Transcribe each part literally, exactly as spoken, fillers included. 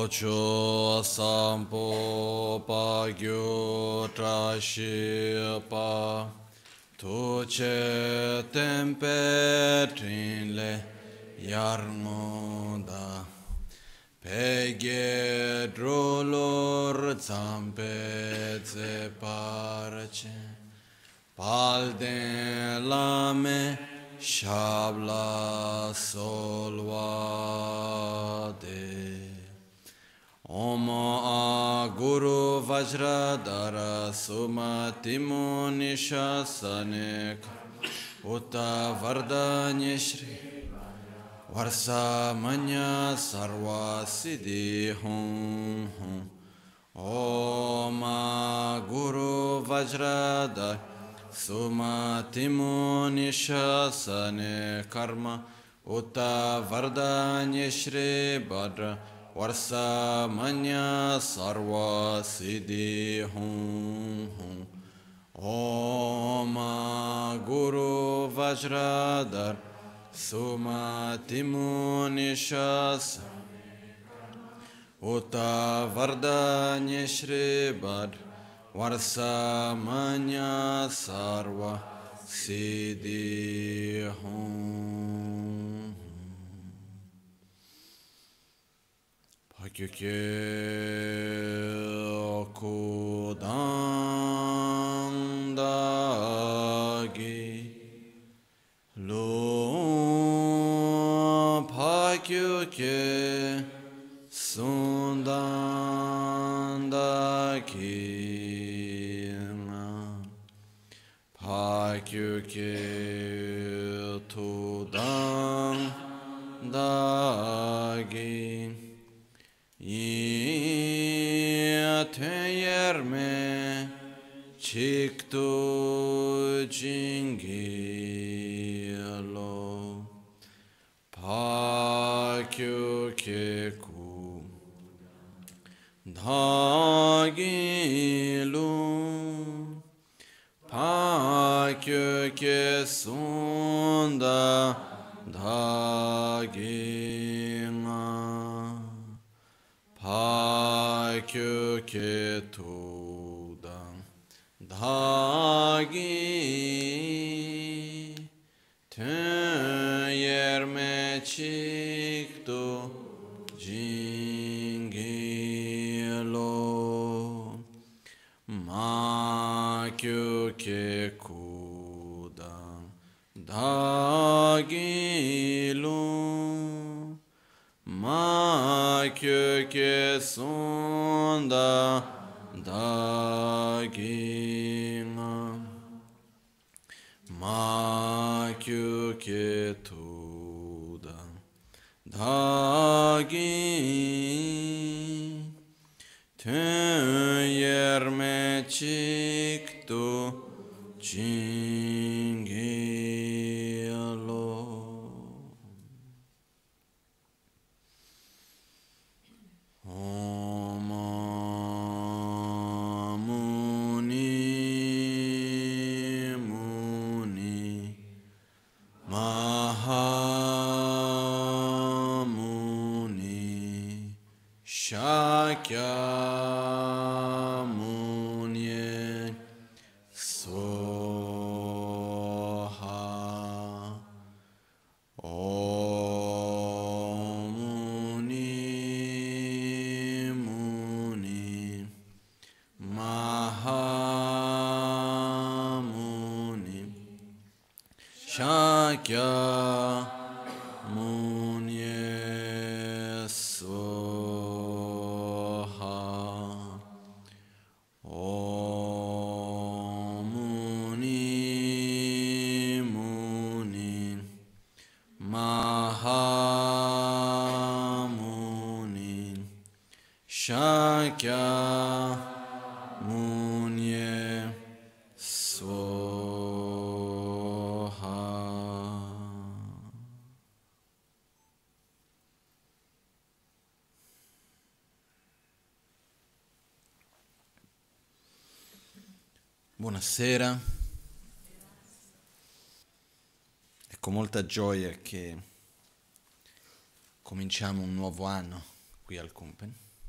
Locho sampo pa gyo trashi pa Tuce tempe trinle yarmoda Peghe drolor zampe ze parce Palde lame shabla solvade Om a Guru Vajradhara Sumatimo Nishasane Uta Vardanya Shri Varsa Manya Sarva Siddhi Hum Hum Om a Guru Vajradhara Sumatimo Nishasane Karma Uta Vardanya Shri Bhadra Varsa Manya Sarva Siddhi Hum Hum Om Guru Vajradhar Sumatimo Nishas Uta Vardanya Shri Bhadra Varsa Manya Sarva Siddhi Hum Pakyukye Okudandagi Lo Pakyukye Sundandagi Pakyukye Tudandagi Yateyerme Chiktu Jingilo Pakyukeku Dhagilu Pakyuke Sunda Dhagina Pakyuke Tudam Dhagi Töyerme Chiktu Jingilo Makyuke Kudam Dhagilu Makyuke Sunda Dhagina Makyuke Tudam Dhagi Töyerme Chiktu Jingilo Om Muni Muni Mahamuni Shakya Munye Soha Om Muni Muni Mahamuni Shakya Munye Soha Om Muni Muni Mahamuni Shakya Munye Soha. Buonasera, è con molta gioia che cominciamo un nuovo anno qui al Kumpen.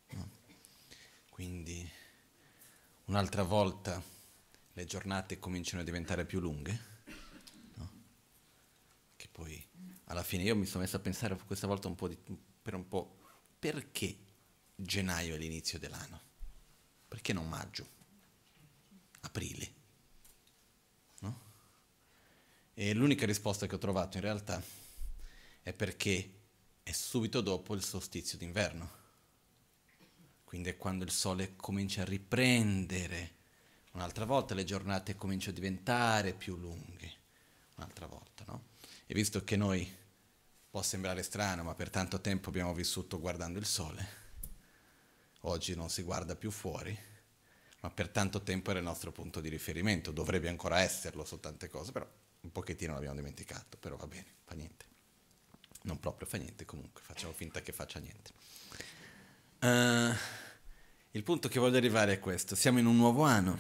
no? Quindi un'altra volta le giornate cominciano a diventare più lunghe, no? Che poi alla fine io mi sono messo a pensare questa volta un po' di, per un po' perché gennaio è l'inizio dell'anno? Perché non maggio? Aprile? No? E l'unica risposta che ho trovato in realtà è perché è subito dopo il solstizio d'inverno. Quindi è quando il sole comincia a riprendere. Un'altra volta le giornate cominciano a diventare più lunghe. Un'altra volta, no? E visto che noi, può sembrare strano, ma per tanto tempo abbiamo vissuto guardando il sole, oggi non si guarda più fuori, ma per tanto tempo era il nostro punto di riferimento. Dovrebbe ancora esserlo su tante cose, però un pochettino l'abbiamo dimenticato, però va bene, fa niente. Non proprio fa niente, comunque, facciamo finta che faccia niente. Uh, il punto che voglio arrivare è questo: siamo in un nuovo anno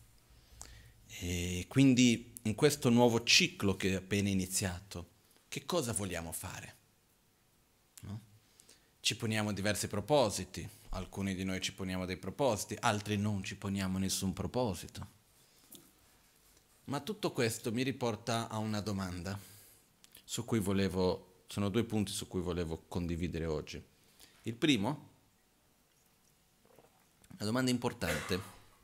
e quindi in questo nuovo ciclo che è appena iniziato, che cosa vogliamo fare? No? Ci poniamo diversi propositi, alcuni di noi ci poniamo dei propositi, altri non ci poniamo nessun proposito. Ma tutto questo mi riporta a una domanda su cui volevo, sono due punti su cui volevo condividere oggi. Il primo, una domanda importante,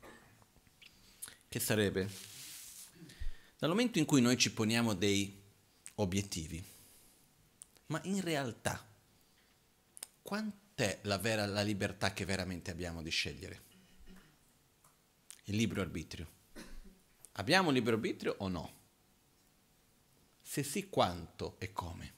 che sarebbe: dal momento in cui noi ci poniamo dei obiettivi, ma in realtà quant'è la vera la libertà che veramente abbiamo di scegliere? Il libero arbitrio. Abbiamo libero arbitrio o no? Se sì, quanto e come?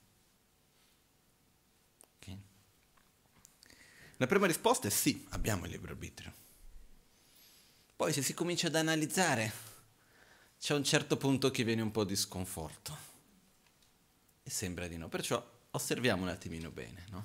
Okay. La prima risposta è sì, abbiamo il libero arbitrio. Poi se si comincia ad analizzare, c'è un certo punto che viene un po' di sconforto. E sembra di no. Perciò osserviamo un attimino bene, no?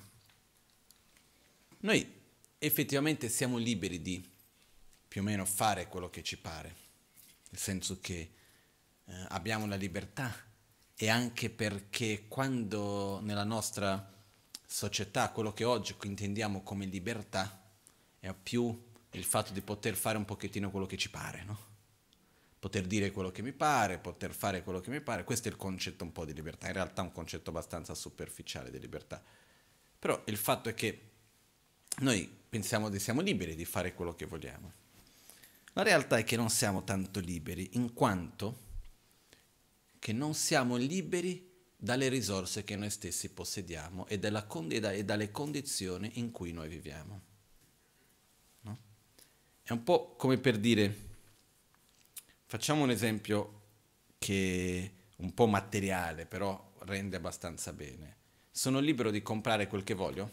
Noi effettivamente siamo liberi di più o meno fare quello che ci pare, nel senso che eh, abbiamo la libertà, e anche perché quando nella nostra società quello che oggi intendiamo come libertà è più il fatto di poter fare un pochettino quello che ci pare, no? Poter dire quello che mi pare, poter fare quello che mi pare, questo è il concetto un po' di libertà, in realtà è un concetto abbastanza superficiale di libertà, però il fatto è che noi pensiamo che siamo liberi di fare quello che vogliamo. La realtà è che non siamo tanto liberi, in quanto che non siamo liberi dalle risorse che noi stessi possediamo e, dalla con- e dalle condizioni in cui noi viviamo. No? È un po' come per dire, facciamo un esempio che è un po' materiale, però rende abbastanza bene. Sono libero di comprare quel che voglio?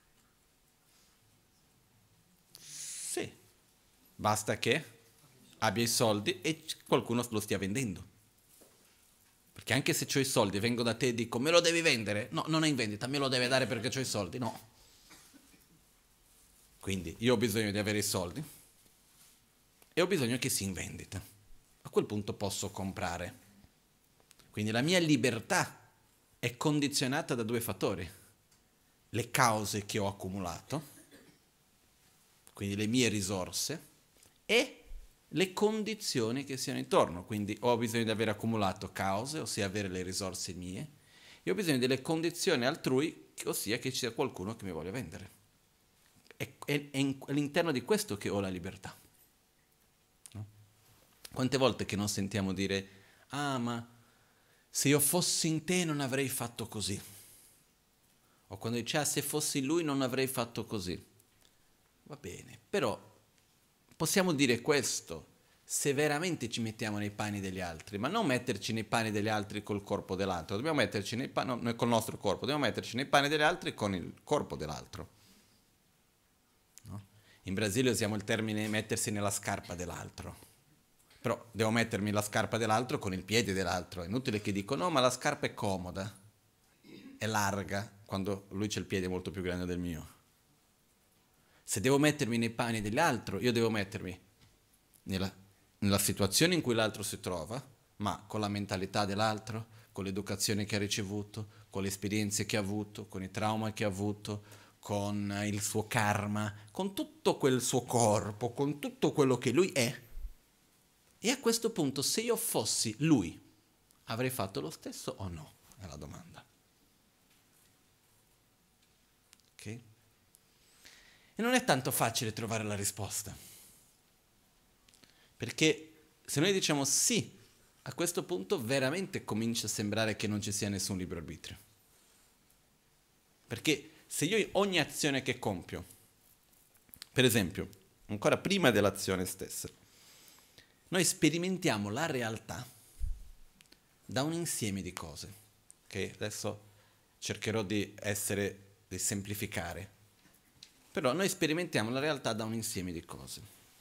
Sì, basta che abbia i soldi e qualcuno lo stia vendendo. Perché anche se ho i soldi, vengo da te e dico me lo devi vendere? No, non è in vendita, me lo deve dare perché ho i soldi? No. Quindi io ho bisogno di avere i soldi e ho bisogno che sia in vendita. A quel punto posso comprare. Quindi la mia libertà è condizionata da due fattori: le cause che ho accumulato, quindi le mie risorse, e le condizioni che siano intorno. Quindi ho bisogno di aver accumulato cause, ossia avere le risorse mie, e ho bisogno delle condizioni altrui, ossia che ci sia qualcuno che mi voglia vendere. È, è, è all'interno di questo che ho la libertà. No? Quante volte che non sentiamo dire: ah, ma se io fossi in te non avrei fatto così. O quando dice: ah, se fossi lui non avrei fatto così. Va bene, però possiamo dire questo se veramente ci mettiamo nei panni degli altri, ma non metterci nei panni degli altri col corpo dell'altro. Dobbiamo metterci nei panni, no, col nostro corpo, dobbiamo metterci nei panni degli altri con il corpo dell'altro. No? In Brasile usiamo il termine mettersi nella scarpa dell'altro. Però devo mettermi la scarpa dell'altro con il piede dell'altro. È inutile che dico no, ma la scarpa è comoda, è larga, quando lui c'ha il piede molto più grande del mio. Se devo mettermi nei panni dell'altro, io devo mettermi nella, nella situazione in cui l'altro si trova, ma con la mentalità dell'altro, con l'educazione che ha ricevuto, con le esperienze che ha avuto, con i traumi che ha avuto, con il suo karma, con tutto quel suo corpo, con tutto quello che lui è. E a questo punto, se io fossi lui, avrei fatto lo stesso o no? È la domanda. Ok? E non è tanto facile trovare la risposta. Perché se noi diciamo sì, a questo punto veramente comincia a sembrare che non ci sia nessun libero arbitrio. Perché se io ogni azione che compio, per esempio, ancora prima dell'azione stessa, noi sperimentiamo la realtà da un insieme di cose. Ok? Adesso cercherò di essere, di semplificare. Però noi sperimentiamo la realtà da un insieme di cose.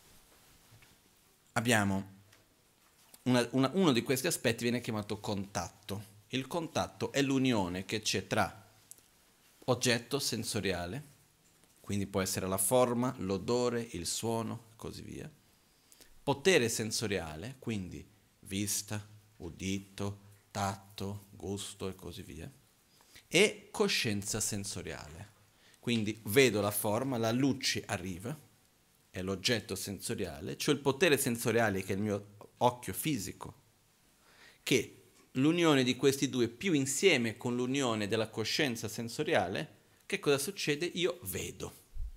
Abbiamo una, una, uno di questi aspetti viene chiamato contatto. Il contatto è l'unione che c'è tra oggetto sensoriale, quindi può essere la forma, l'odore, il suono, e così via. Potere sensoriale, quindi vista, udito, tatto, gusto e così via. E coscienza sensoriale, quindi vedo la forma, la luce arriva, è l'oggetto sensoriale, cioè il potere sensoriale che è il mio occhio fisico, che l'unione di questi due più insieme con l'unione della coscienza sensoriale, che cosa succede? Io vedo.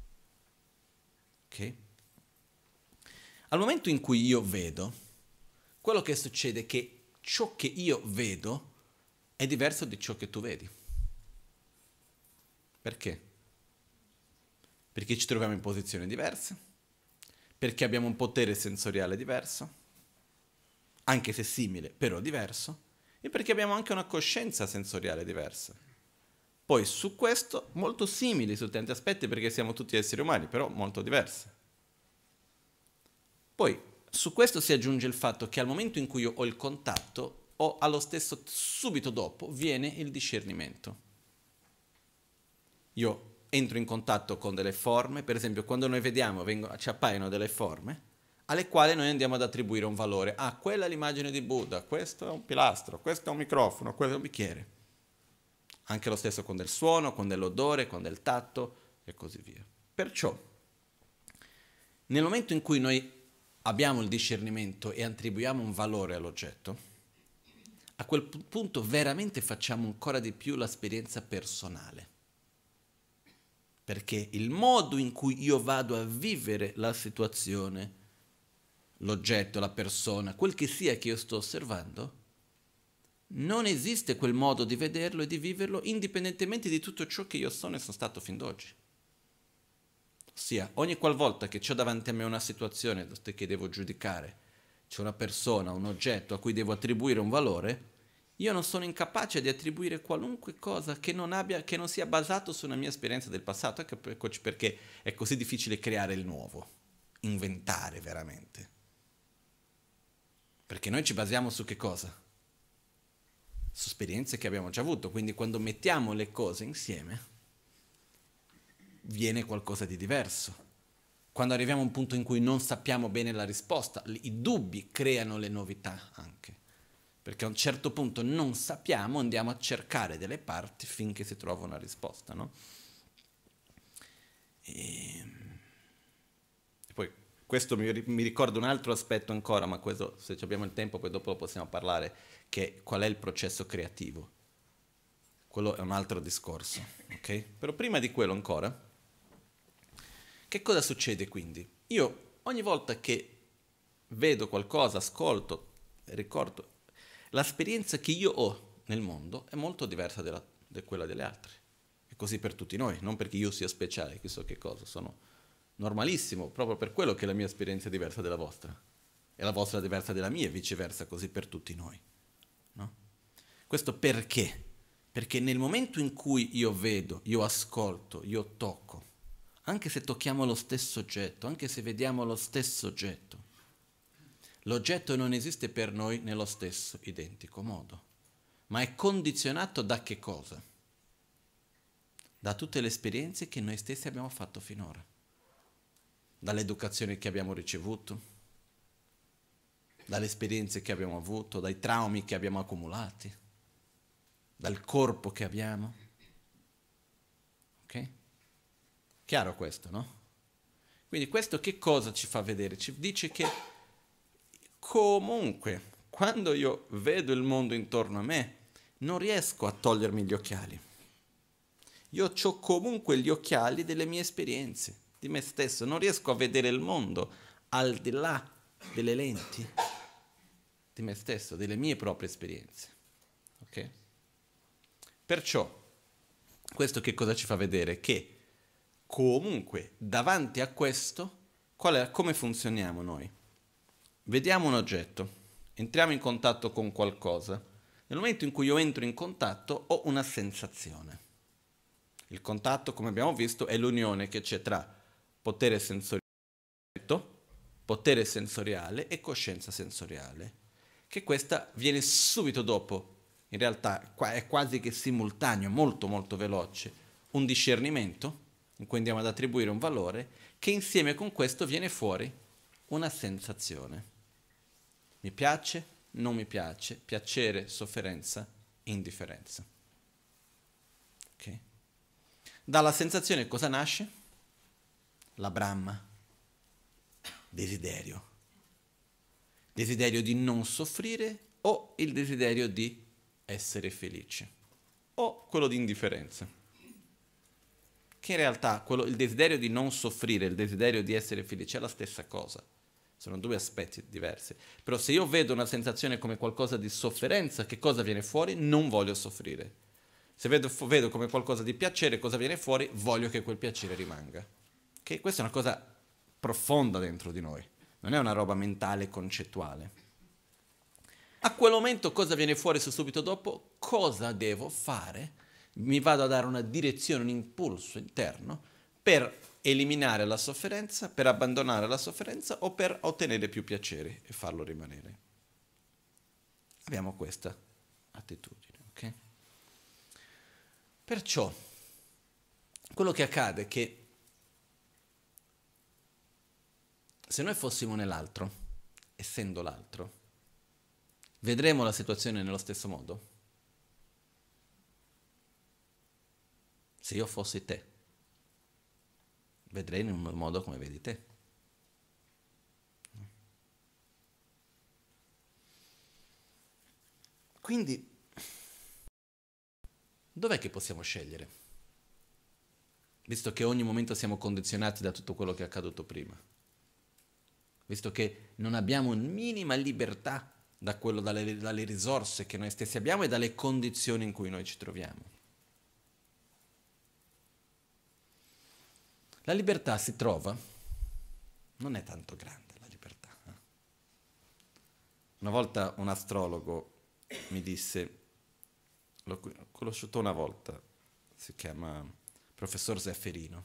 Ok? Al momento in cui io vedo, quello che succede è che ciò che io vedo è diverso di ciò che tu vedi. Perché? Perché ci troviamo in posizioni diverse, perché abbiamo un potere sensoriale diverso, anche se simile, però diverso, e perché abbiamo anche una coscienza sensoriale diversa. Poi su questo, molto simili su tanti aspetti, perché siamo tutti esseri umani, però molto diversi. Poi su questo si aggiunge il fatto che al momento in cui io ho il contatto, o allo stesso subito dopo, viene il discernimento. Io entro in contatto con delle forme, per esempio quando noi vediamo, vengono, ci appaiono delle forme, alle quali noi andiamo ad attribuire un valore. Ah, quella è l'immagine di Buddha, questo è un pilastro, questo è un microfono, questo è un bicchiere. Anche lo stesso con del suono, con dell'odore, con del tatto e così via. Perciò, nel momento in cui noi abbiamo il discernimento e attribuiamo un valore all'oggetto, a quel punto veramente facciamo ancora di più l'esperienza personale. Perché il modo in cui io vado a vivere la situazione, l'oggetto, la persona, quel che sia che io sto osservando, non esiste quel modo di vederlo e di viverlo indipendentemente di tutto ciò che io sono e sono stato fin d'oggi. Ossia, ogni qualvolta che ho davanti a me una situazione che devo giudicare, c'è una persona, un oggetto a cui devo attribuire un valore, io non sono incapace di attribuire qualunque cosa che non, abbia, che non sia basato su una mia esperienza del passato, perché è così difficile creare il nuovo, inventare veramente. Perché noi ci basiamo su che cosa? Su esperienze che abbiamo già avuto, quindi quando mettiamo le cose insieme viene qualcosa di diverso. Quando arriviamo a un punto in cui non sappiamo bene la risposta, i dubbi creano le novità anche. Perché a un certo punto non sappiamo, andiamo a cercare delle parti finché si trova una risposta, no? E, e poi questo mi, mi ricorda un altro aspetto ancora, ma questo, se abbiamo il tempo, poi dopo lo possiamo parlare, che qual è il processo creativo. Quello è un altro discorso, ok? Però prima di quello ancora, che cosa succede quindi? Io ogni volta che vedo qualcosa, ascolto, ricordo, l'esperienza che io ho nel mondo è molto diversa da quella delle altre. È così per tutti noi, non perché io sia speciale, chissà che cosa, sono normalissimo, proprio per quello che la mia esperienza è diversa dalla vostra. E la vostra è diversa dalla mia e viceversa, così per tutti noi. No? Questo perché? Perché nel momento in cui io vedo, io ascolto, io tocco, anche se tocchiamo lo stesso oggetto, anche se vediamo lo stesso oggetto, l'oggetto non esiste per noi nello stesso identico modo, ma è condizionato da che cosa? Da tutte le esperienze che noi stessi abbiamo fatto finora, dall'educazione che abbiamo ricevuto, dalle esperienze che abbiamo avuto, dai traumi che abbiamo accumulati, dal corpo che abbiamo. Ok? Chiaro questo, no? Quindi questo che cosa ci fa vedere? Ci dice che comunque, quando io vedo il mondo intorno a me, non riesco a togliermi gli occhiali. Io ho comunque gli occhiali delle mie esperienze, di me stesso. Non riesco a vedere il mondo al di là delle lenti di me stesso, delle mie proprie esperienze. Ok? Perciò, questo che cosa ci fa vedere? Che comunque, davanti a questo, qual è, come funzioniamo noi? Vediamo un oggetto, entriamo in contatto con qualcosa. Nel momento in cui io entro in contatto, ho una sensazione. Il contatto, come abbiamo visto, è l'unione che c'è tra potere sensoriale, potere sensoriale e coscienza sensoriale, che questa viene subito dopo, in realtà è quasi che simultaneo, molto molto veloce, un discernimento, in cui andiamo ad attribuire un valore, che insieme con questo viene fuori una sensazione. Mi piace, non mi piace, piacere, sofferenza, indifferenza. Ok? Dalla sensazione cosa nasce? La Brahma. Desiderio. Desiderio di non soffrire o il desiderio di essere felice. O quello di indifferenza. Che in realtà quello, il desiderio di non soffrire e il desiderio di essere felice è la stessa cosa. Sono due aspetti diversi. Però se io vedo una sensazione come qualcosa di sofferenza, che cosa viene fuori? Non voglio soffrire. Se vedo, vedo come qualcosa di piacere, cosa viene fuori? Voglio che quel piacere rimanga. Okay? Questa è una cosa profonda dentro di noi. Non è una roba mentale, concettuale. A quel momento cosa viene fuori subito dopo? Cosa devo fare? Mi vado a dare una direzione, un impulso interno per eliminare la sofferenza, per abbandonare la sofferenza o per ottenere più piacere e farlo rimanere. Abbiamo questa attitudine, ok? Perciò, quello che accade è che se noi fossimo nell'altro, essendo l'altro, vedremo la situazione nello stesso modo? Se io fossi te, vedrei in un modo come vedi te. Quindi, dov'è che possiamo scegliere? Visto che ogni momento siamo condizionati da tutto quello che è accaduto prima. Visto che non abbiamo minima libertà da quello, dalle, dalle risorse che noi stessi abbiamo e dalle condizioni in cui noi ci troviamo. La libertà si trova, non è tanto grande la libertà. Eh? Una volta un astrologo mi disse, l'ho conosciuto una volta, si chiama professor Zefferino,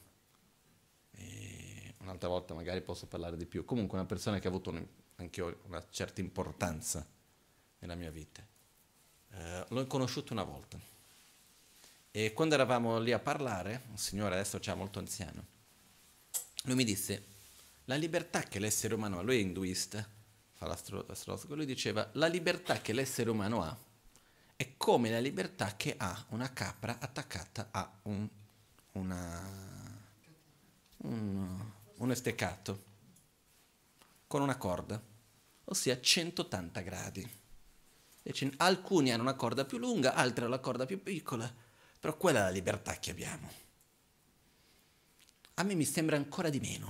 e un'altra volta magari posso parlare di più, comunque una persona che ha avuto un, anche io una certa importanza nella mia vita. Eh, l'ho conosciuto una volta e quando eravamo lì a parlare, un signore adesso già molto anziano, lui mi disse, la libertà che l'essere umano ha, lui è induista, fa l'astrologo, lui diceva, la libertà che l'essere umano ha è come la libertà che ha una capra attaccata a un, una, un, un estecato con una corda, ossia centottanta gradi. Invece, alcuni hanno una corda più lunga, altri hanno la corda più piccola, però quella è la libertà che abbiamo. A me mi sembra ancora di meno,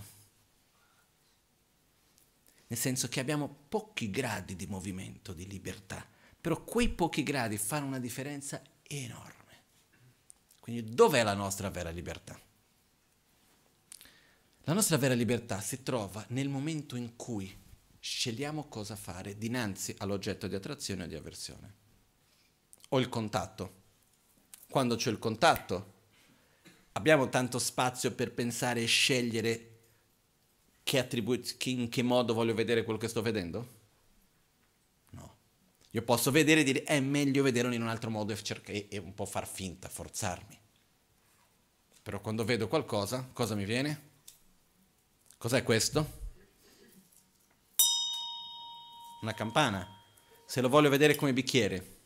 nel senso che abbiamo pochi gradi di movimento, di libertà, però quei pochi gradi fanno una differenza enorme. Quindi dov'è la nostra vera libertà? La nostra vera libertà si trova nel momento in cui scegliamo cosa fare dinanzi all'oggetto di attrazione o di avversione. O il contatto. Quando c'è il contatto, abbiamo tanto spazio per pensare e scegliere che attribu- in che modo voglio vedere quello che sto vedendo? No. Io posso vedere e dire è meglio vederlo in un altro modo e, cerca- e, e un po' far finta, forzarmi. Però quando vedo qualcosa, cosa mi viene? Cos'è questo? Una campana. Se lo voglio vedere come bicchiere,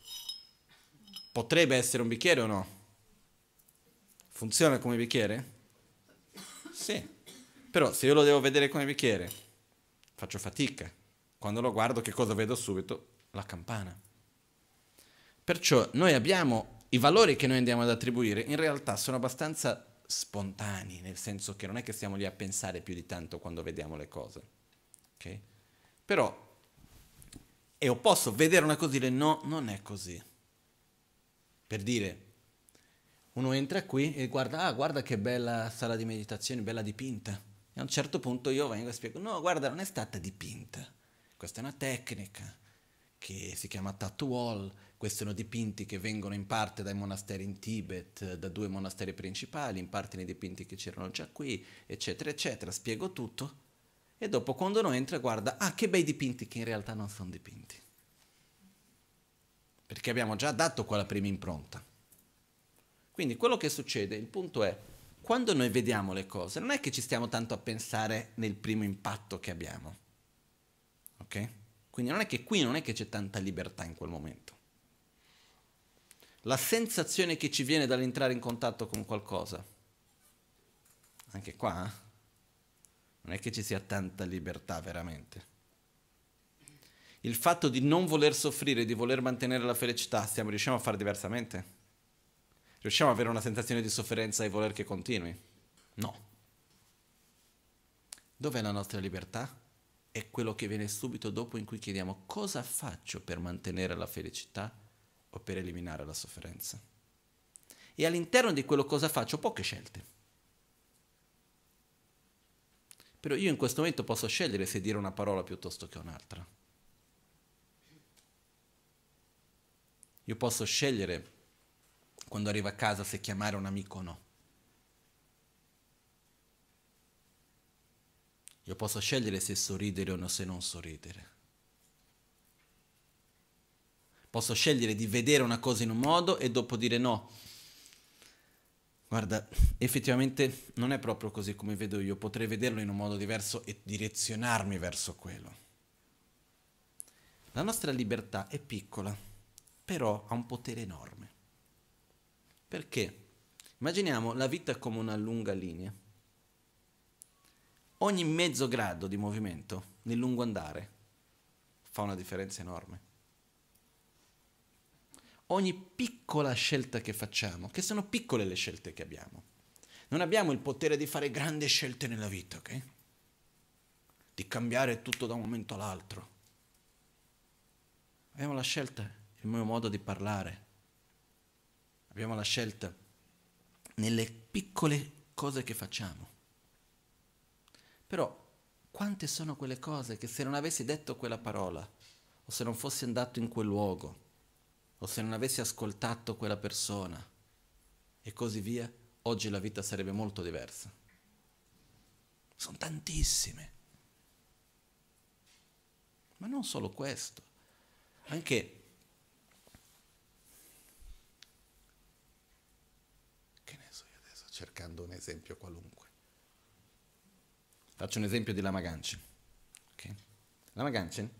potrebbe essere un bicchiere o no? Funziona come bicchiere? Sì, però se io lo devo vedere come bicchiere, faccio fatica. Quando lo guardo, che cosa vedo subito? La campana. Perciò noi abbiamo i valori che noi andiamo ad attribuire, in realtà sono abbastanza spontanei, nel senso che non è che stiamo lì a pensare più di tanto quando vediamo le cose. Ok? Però, e io posso vedere una cosa e dire no, non è così. Per dire, uno entra qui e guarda, ah, guarda che bella sala di meditazione, bella dipinta. E a un certo punto io vengo e spiego, no, guarda, non è stata dipinta. Questa è una tecnica che si chiama tattoo wall. Questi sono dipinti che vengono in parte dai monasteri in Tibet, da due monasteri principali, in parte nei dipinti che c'erano già qui, eccetera, eccetera. Spiego tutto. E dopo quando uno entra guarda, ah, che bei dipinti che in realtà non sono dipinti. Perché abbiamo già dato quella prima impronta. Quindi quello che succede, il punto è, quando noi vediamo le cose, non è che ci stiamo tanto a pensare nel primo impatto che abbiamo. Ok? Quindi non è che qui non è che c'è tanta libertà in quel momento. La sensazione che ci viene dall'entrare in contatto con qualcosa, anche qua, eh? Non è che ci sia tanta libertà veramente. Il fatto di non voler soffrire, di voler mantenere la felicità, stiamo, riusciamo a fare diversamente? Riusciamo ad avere una sensazione di sofferenza e voler che continui? No. Dov'è la nostra libertà? È quello che viene subito dopo in cui chiediamo cosa faccio per mantenere la felicità o per eliminare la sofferenza. E all'interno di quello cosa faccio ho poche scelte. Però io in questo momento posso scegliere se dire una parola piuttosto che un'altra. Io posso scegliere quando arrivo a casa se chiamare un amico o no. Io posso scegliere se sorridere o no, se non sorridere. Posso scegliere di vedere una cosa in un modo e dopo dire no. Guarda, effettivamente non è proprio così come vedo io, potrei vederlo in un modo diverso e direzionarmi verso quello. La nostra libertà è piccola, però ha un potere enorme. Perché? Immaginiamo la vita come una lunga linea. Ogni mezzo grado di movimento nel lungo andare fa una differenza enorme. Ogni piccola scelta che facciamo, che sono piccole le scelte che abbiamo, non abbiamo il potere di fare grandi scelte nella vita, ok? Di cambiare tutto da un momento all'altro. Abbiamo la scelta, il mio modo di parlare. Abbiamo la scelta nelle piccole cose che facciamo. Però quante sono quelle cose che se non avessi detto quella parola, o se non fossi andato in quel luogo, o se non avessi ascoltato quella persona, e così via, oggi la vita sarebbe molto diversa. Sono tantissime. Ma non solo questo, anche, che ne so io adesso, cercando un esempio qualunque. Faccio un esempio di Lama Ganchen. Okay? Lama Ganchen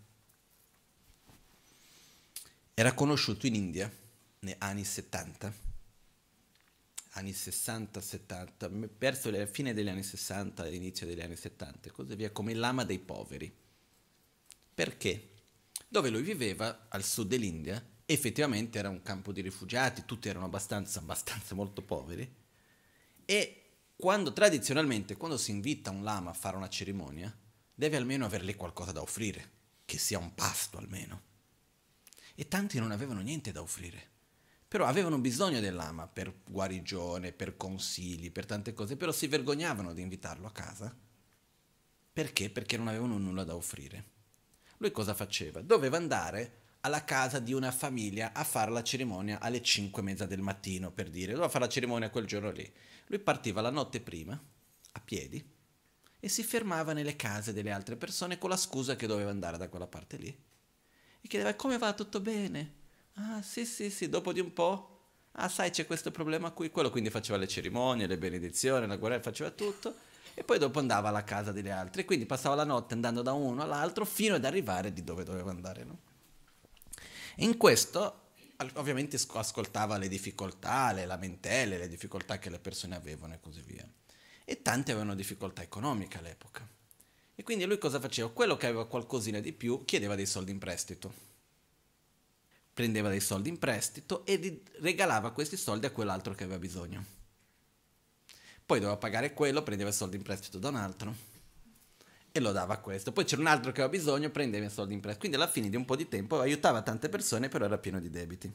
era conosciuto in India negli anni settanta, anni sessanta settanta, verso la fine degli anni sessanta e l'inizio degli anni settanta, e così via, come il lama dei poveri. Perché? Dove lui viveva, al sud dell'India, effettivamente era un campo di rifugiati, tutti erano abbastanza, abbastanza molto poveri, e quando tradizionalmente, quando si invita un lama a fare una cerimonia, deve almeno averle qualcosa da offrire, che sia un pasto almeno. E tanti non avevano niente da offrire, però avevano bisogno del lama per guarigione, per consigli, per tante cose, però si vergognavano di invitarlo a casa. Perché? Perché non avevano nulla da offrire. Lui cosa faceva? Doveva andare alla casa di una famiglia a fare la cerimonia alle cinque e mezza del mattino, per dire, doveva fare la cerimonia quel giorno lì. Lui partiva la notte prima, a piedi, e si fermava nelle case delle altre persone con la scusa che doveva andare da quella parte lì. E chiedeva, come va? Tutto bene? Ah, sì, sì, sì, dopo di un po', ah, sai, c'è questo problema qui, quello, quindi faceva le cerimonie, le benedizioni, la guerra, faceva tutto, e poi dopo andava alla casa degli altri, e quindi passava la notte andando da uno all'altro fino ad arrivare di dove doveva andare, no? E in questo, ovviamente, ascoltava le difficoltà, le lamentele, le difficoltà che le persone avevano e così via. e tanti avevano difficoltà economica all'epoca. E quindi lui cosa faceva? Quello che aveva qualcosina di più chiedeva dei soldi in prestito. Prendeva dei soldi in prestito e regalava questi soldi a quell'altro che aveva bisogno. Poi doveva pagare quello, prendeva i soldi in prestito da un altro e lo dava a questo. Poi c'era un altro che aveva bisogno, prendeva i soldi in prestito. Quindi alla fine di un po' di tempo aiutava tante persone, però era pieno di debiti.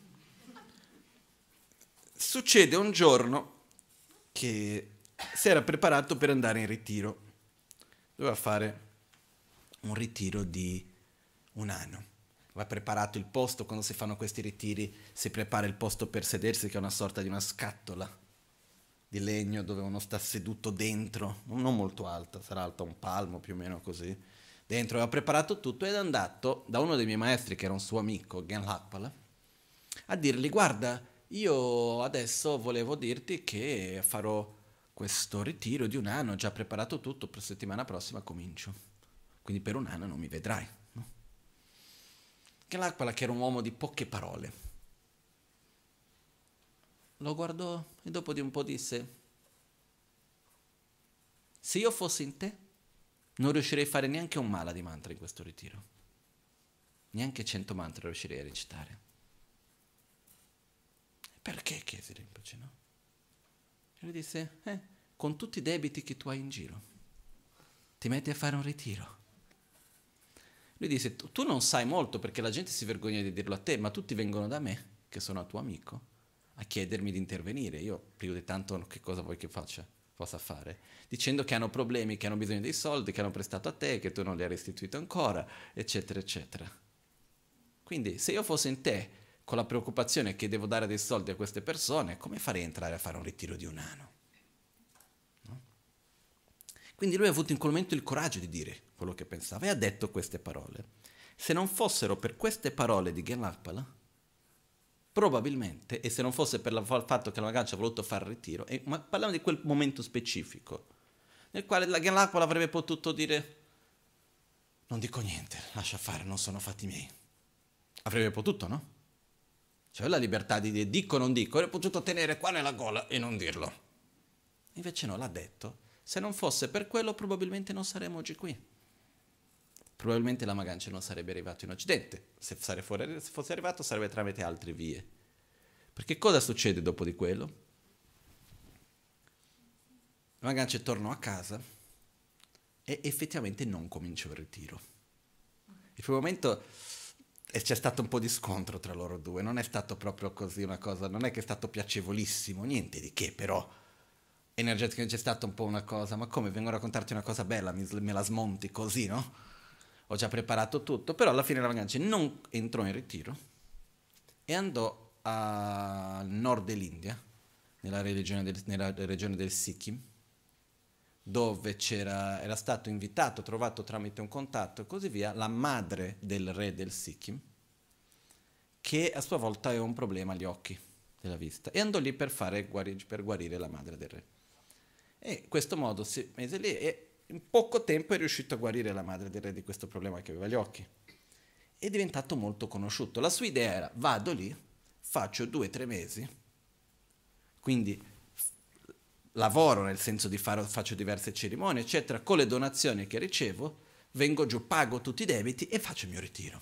Succede un giorno che si era preparato per andare in ritiro. Doveva fare un ritiro di un anno. Aveva preparato il posto. Quando si fanno questi ritiri si prepara il posto per sedersi, che è una sorta di una scatola di legno dove uno sta seduto dentro, non molto alta, sarà alta un palmo più o meno così. Dentro aveva preparato tutto ed è andato da uno dei miei maestri, che era un suo amico, Gen Lakpala, a dirgli: guarda, io adesso volevo dirti che farò questo ritiro di un anno, ho già preparato tutto, per settimana prossima comincio, quindi per un anno non mi vedrai, no? Gen Lakpala, che era un uomo di poche parole, lo guardò e dopo di un po' disse: se io fossi in te non riuscirei a fare neanche un mala di mantra in questo ritiro, neanche cento mantra riuscirei a recitare. Perché? Chiese Rinpoche, no? E lui disse: eh, con tutti i debiti che tu hai in giro, ti metti a fare un ritiro. Lui disse: tu non sai molto perché la gente si vergogna di dirlo a te, ma tutti vengono da me, che sono tuo amico, a chiedermi di intervenire. Io più di tanto che cosa vuoi che faccia, possa fare? Dicendo che hanno problemi, che hanno bisogno dei soldi, che hanno prestato a te, che tu non li hai restituito ancora, eccetera, eccetera. Quindi se io fossi in te, con la preoccupazione che devo dare dei soldi a queste persone, come farei a entrare a fare un ritiro di un anno? No? Quindi lui ha avuto in quel momento il coraggio di dire quello che pensava e ha detto queste parole. Se non fossero per queste parole di Gen Lakpala, probabilmente, e se non fosse per il fatto che la Magancia ha voluto fare il ritiro, e, ma parliamo di quel momento specifico, nel quale la Gen Lakpala avrebbe potuto dire: non dico niente, lascia fare, non sono fatti miei. Avrebbe potuto, no? Cioè la libertà di dire dico o non dico, avrebbe potuto tenere qua nella gola e non dirlo. Invece no, l'ha detto. Se non fosse per quello, probabilmente non saremmo oggi qui. Probabilmente la Magancia non sarebbe arrivato in Occidente. Se, se fosse arrivato sarebbe tramite altre vie. Perché cosa succede dopo di quello? La Magancia tornò a casa e effettivamente non cominciò il ritiro. Il primo momento e c'è stato un po' di scontro tra loro due, non è stato proprio così una cosa, non è che è stato piacevolissimo, niente di che, però energeticamente c'è stata un po' una cosa: ma come, vengo a raccontarti una cosa bella, me la smonti così, no? Ho già preparato tutto. Però alla fine la Magancia non entrò in ritiro e andò al nord dell'India, nella regione del, nella regione del Sikkim, dove c'era, era stato invitato, trovato tramite un contatto e così via, la madre del re del Sikkim, che a sua volta aveva un problema agli occhi della vista, e andò lì per, fare, per guarire la madre del re. E in questo modo si mise lì e in poco tempo è riuscito a guarire la madre del re di questo problema che aveva agli occhi. È diventato molto conosciuto. La sua idea era: vado lì, faccio due o tre mesi, quindi lavoro nel senso di fare, faccio diverse cerimonie, eccetera, con le donazioni che ricevo, vengo giù, pago tutti i debiti e faccio il mio ritiro.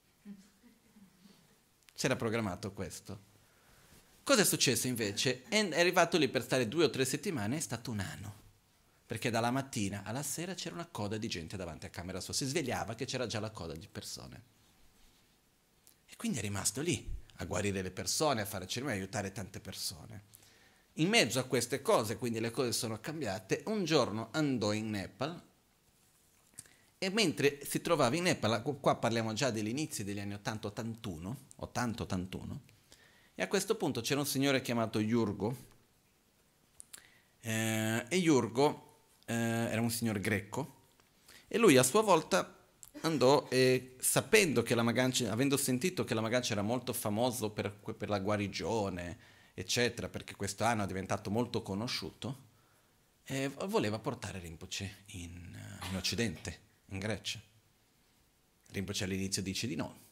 C'era programmato questo. Cosa è successo invece? È arrivato lì per stare due o tre settimane, è stato un anno. Perché dalla mattina alla sera c'era una coda di gente davanti a camera sua. Si svegliava che c'era già la coda di persone. E quindi è rimasto lì a guarire le persone, a fare cerimonie, a aiutare tante persone. In mezzo a queste cose, quindi le cose sono cambiate, un giorno andò in Nepal e mentre si trovava in Nepal, qua parliamo già degli inizi degli anni ottanta ottantuno, ottanta ottantuno, e a questo punto c'era un signore chiamato Yurgo, eh, e Yurgo eh, era un signor greco, e lui a sua volta andò e, sapendo che la Magancia, avendo sentito che la Magancia era molto famoso per, per la guarigione, eccetera, perché questo anno è diventato molto conosciuto, e voleva portare Rinpoche in, in Occidente, in Grecia. Rinpoche all'inizio dice di no.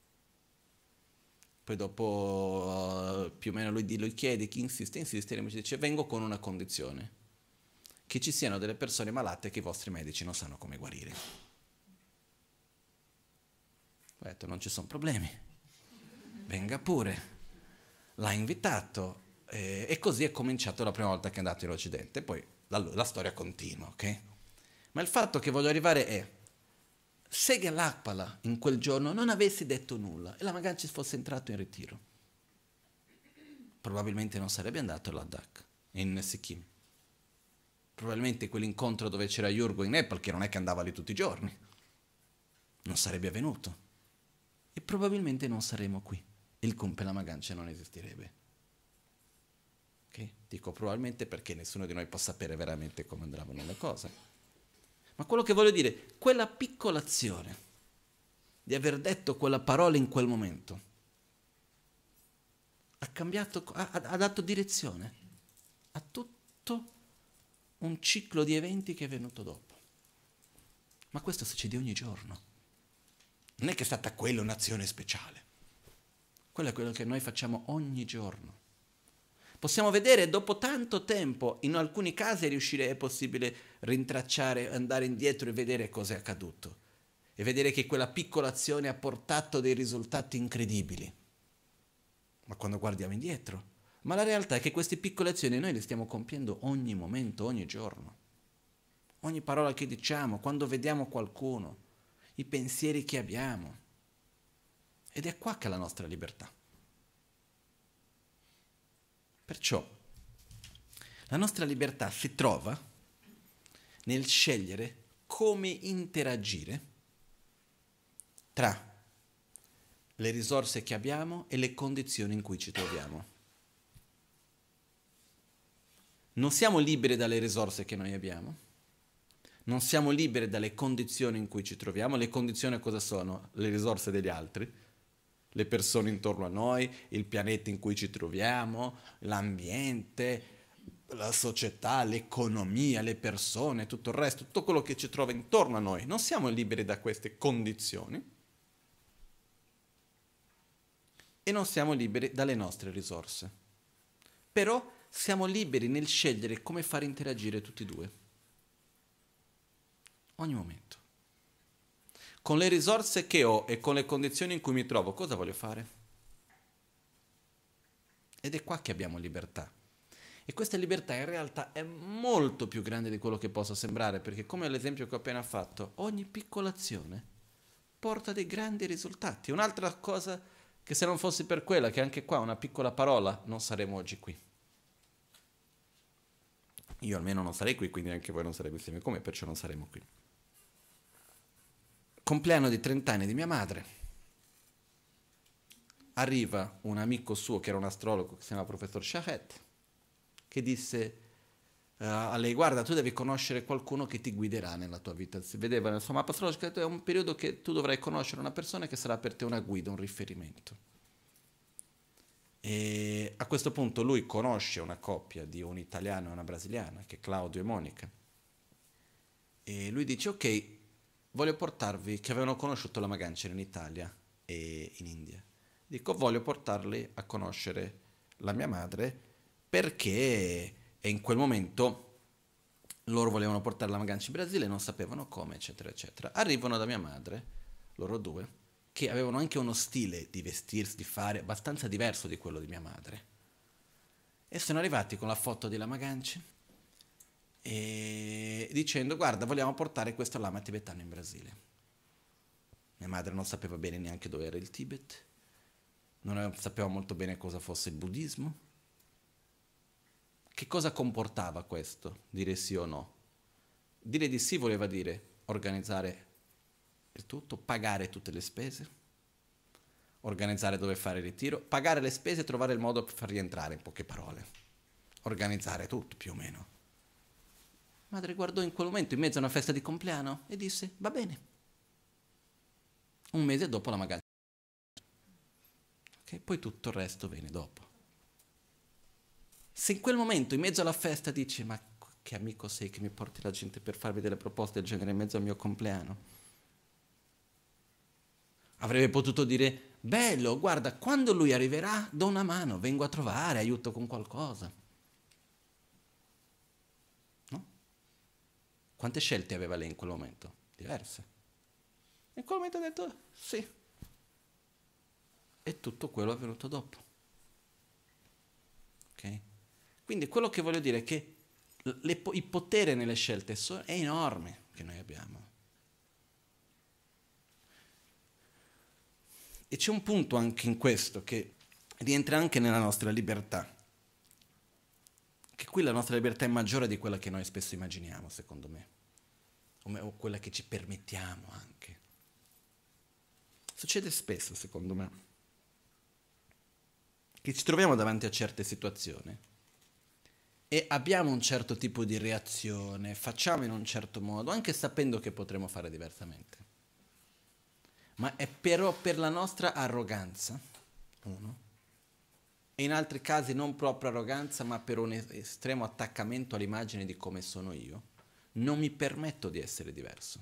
Poi dopo più o meno lui, lui chiede, chi insiste, insiste, Rinpoche dice: vengo con una condizione. che ci siano delle persone malate che i vostri medici non sanno come guarire. Ho detto, non ci sono problemi, venga pure. L'ha invitato eh, e così è cominciato la prima volta che è andato in Occidente. Poi la, la storia continua, ok? Ma il fatto che voglio arrivare è, se Galapala in quel giorno non avessi detto nulla e la Magancia fosse entrato in ritiro, probabilmente non sarebbe andato a Ladakh, in Sikkim. Probabilmente quell'incontro dove c'era Yurgo in Nepal, che non è che andava lì tutti i giorni, non sarebbe avvenuto. E probabilmente non saremmo qui. Il Khumpe e la Magancia non esisterebbe. Okay? Dico probabilmente perché nessuno di noi può sapere veramente come andavano le cose. Ma quello che voglio dire, quella piccola azione di aver detto quella parola in quel momento ha cambiato, ha, ha dato direzione a tutto un ciclo di eventi che è venuto dopo. Ma questo succede ogni giorno. Non è che è stata quella un'azione speciale. Quello è quello che noi facciamo ogni giorno. Possiamo vedere dopo tanto tempo, in alcuni casi riuscire, è possibile rintracciare, andare indietro e vedere cosa è accaduto. E vedere che quella piccola azione ha portato dei risultati incredibili. Ma quando guardiamo indietro, ma la realtà è che queste piccole azioni noi le stiamo compiendo ogni momento, ogni giorno. Ogni parola che diciamo, quando vediamo qualcuno, i pensieri che abbiamo. Ed è qua che è la nostra libertà. Perciò la nostra libertà si trova nel scegliere come interagire tra le risorse che abbiamo e le condizioni in cui ci troviamo. Non siamo liberi dalle risorse che noi abbiamo, non siamo liberi dalle condizioni in cui ci troviamo. Le condizioni cosa sono? Le risorse degli altri, le persone intorno a noi, il pianeta in cui ci troviamo, l'ambiente, la società, l'economia, le persone, tutto il resto, tutto quello che ci trova intorno a noi. Non siamo liberi da queste condizioni e non siamo liberi dalle nostre risorse. Però siamo liberi nel scegliere come far interagire tutti e due. Ogni momento. Con le risorse che ho e con le condizioni in cui mi trovo, cosa voglio fare? Ed è qua che abbiamo libertà. E questa libertà in realtà è molto più grande di quello che possa sembrare, perché come l'esempio che ho appena fatto, ogni piccola azione porta dei grandi risultati. Un'altra cosa che se non fosse per quella, che anche qua una piccola parola, non saremmo oggi qui. Io almeno non sarei qui, quindi anche voi non sarete insieme con me, perciò non saremo qui. Compleanno di trenta anni di mia madre, arriva un amico suo che era un astrologo che si chiama professor Shahet, che disse uh, a lei: guarda, tu devi conoscere qualcuno che ti guiderà nella tua vita. Si vedeva nel suo mappa astrologico che è un periodo che tu dovrai conoscere una persona che sarà per te una guida, un riferimento. E a questo punto lui conosce una coppia di un italiano e una brasiliana, che è Claudio e Monica, e lui dice: ok, voglio portarvi, che avevano conosciuto la Magancia in Italia e in India, dico voglio portarli a conoscere la mia madre, perché in quel momento loro volevano portare la Magancia in Brasile, non sapevano come, eccetera eccetera. Arrivano da mia madre, loro due, che avevano anche uno stile di vestirsi, di fare abbastanza diverso di quello di mia madre, e sono arrivati con la foto della Magancia e dicendo: guarda, vogliamo portare questo lama tibetano in Brasile. Mia madre non sapeva bene neanche dove era il Tibet, non sapeva molto bene cosa fosse il buddismo. Che cosa comportava questo? Dire sì o no? Dire di sì voleva dire organizzare il tutto, pagare tutte le spese, organizzare dove fare il ritiro, pagare le spese e trovare il modo per far rientrare, in poche parole. Organizzare tutto, più o meno. Madre guardò in quel momento in mezzo a una festa di compleanno e disse: va bene. Un mese dopo la Magancia. Okay? Poi tutto il resto viene dopo. Se in quel momento, in mezzo alla festa, dici: ma che amico sei che mi porti la gente per farvi delle proposte del genere in mezzo al mio compleanno? Avrebbe potuto dire: bello, guarda, quando lui arriverà do una mano, vengo a trovare, aiuto con qualcosa. No? Quante scelte aveva lei in quel momento? Diverse. In quel momento ha detto sì. E tutto quello è avvenuto dopo. Ok? Quindi quello che voglio dire è che le, il potere nelle scelte è enorme che noi abbiamo. E c'è un punto anche in questo che rientra anche nella nostra libertà. Che qui la nostra libertà è maggiore di quella che noi spesso immaginiamo, secondo me. O quella che ci permettiamo anche. Succede spesso, secondo me, che ci troviamo davanti a certe situazioni e abbiamo un certo tipo di reazione, facciamo in un certo modo, anche sapendo che potremmo fare diversamente. Ma è però per la nostra arroganza, uno, e in altri casi non proprio arroganza, ma per un estremo attaccamento all'immagine di come sono io, non mi permetto di essere diverso.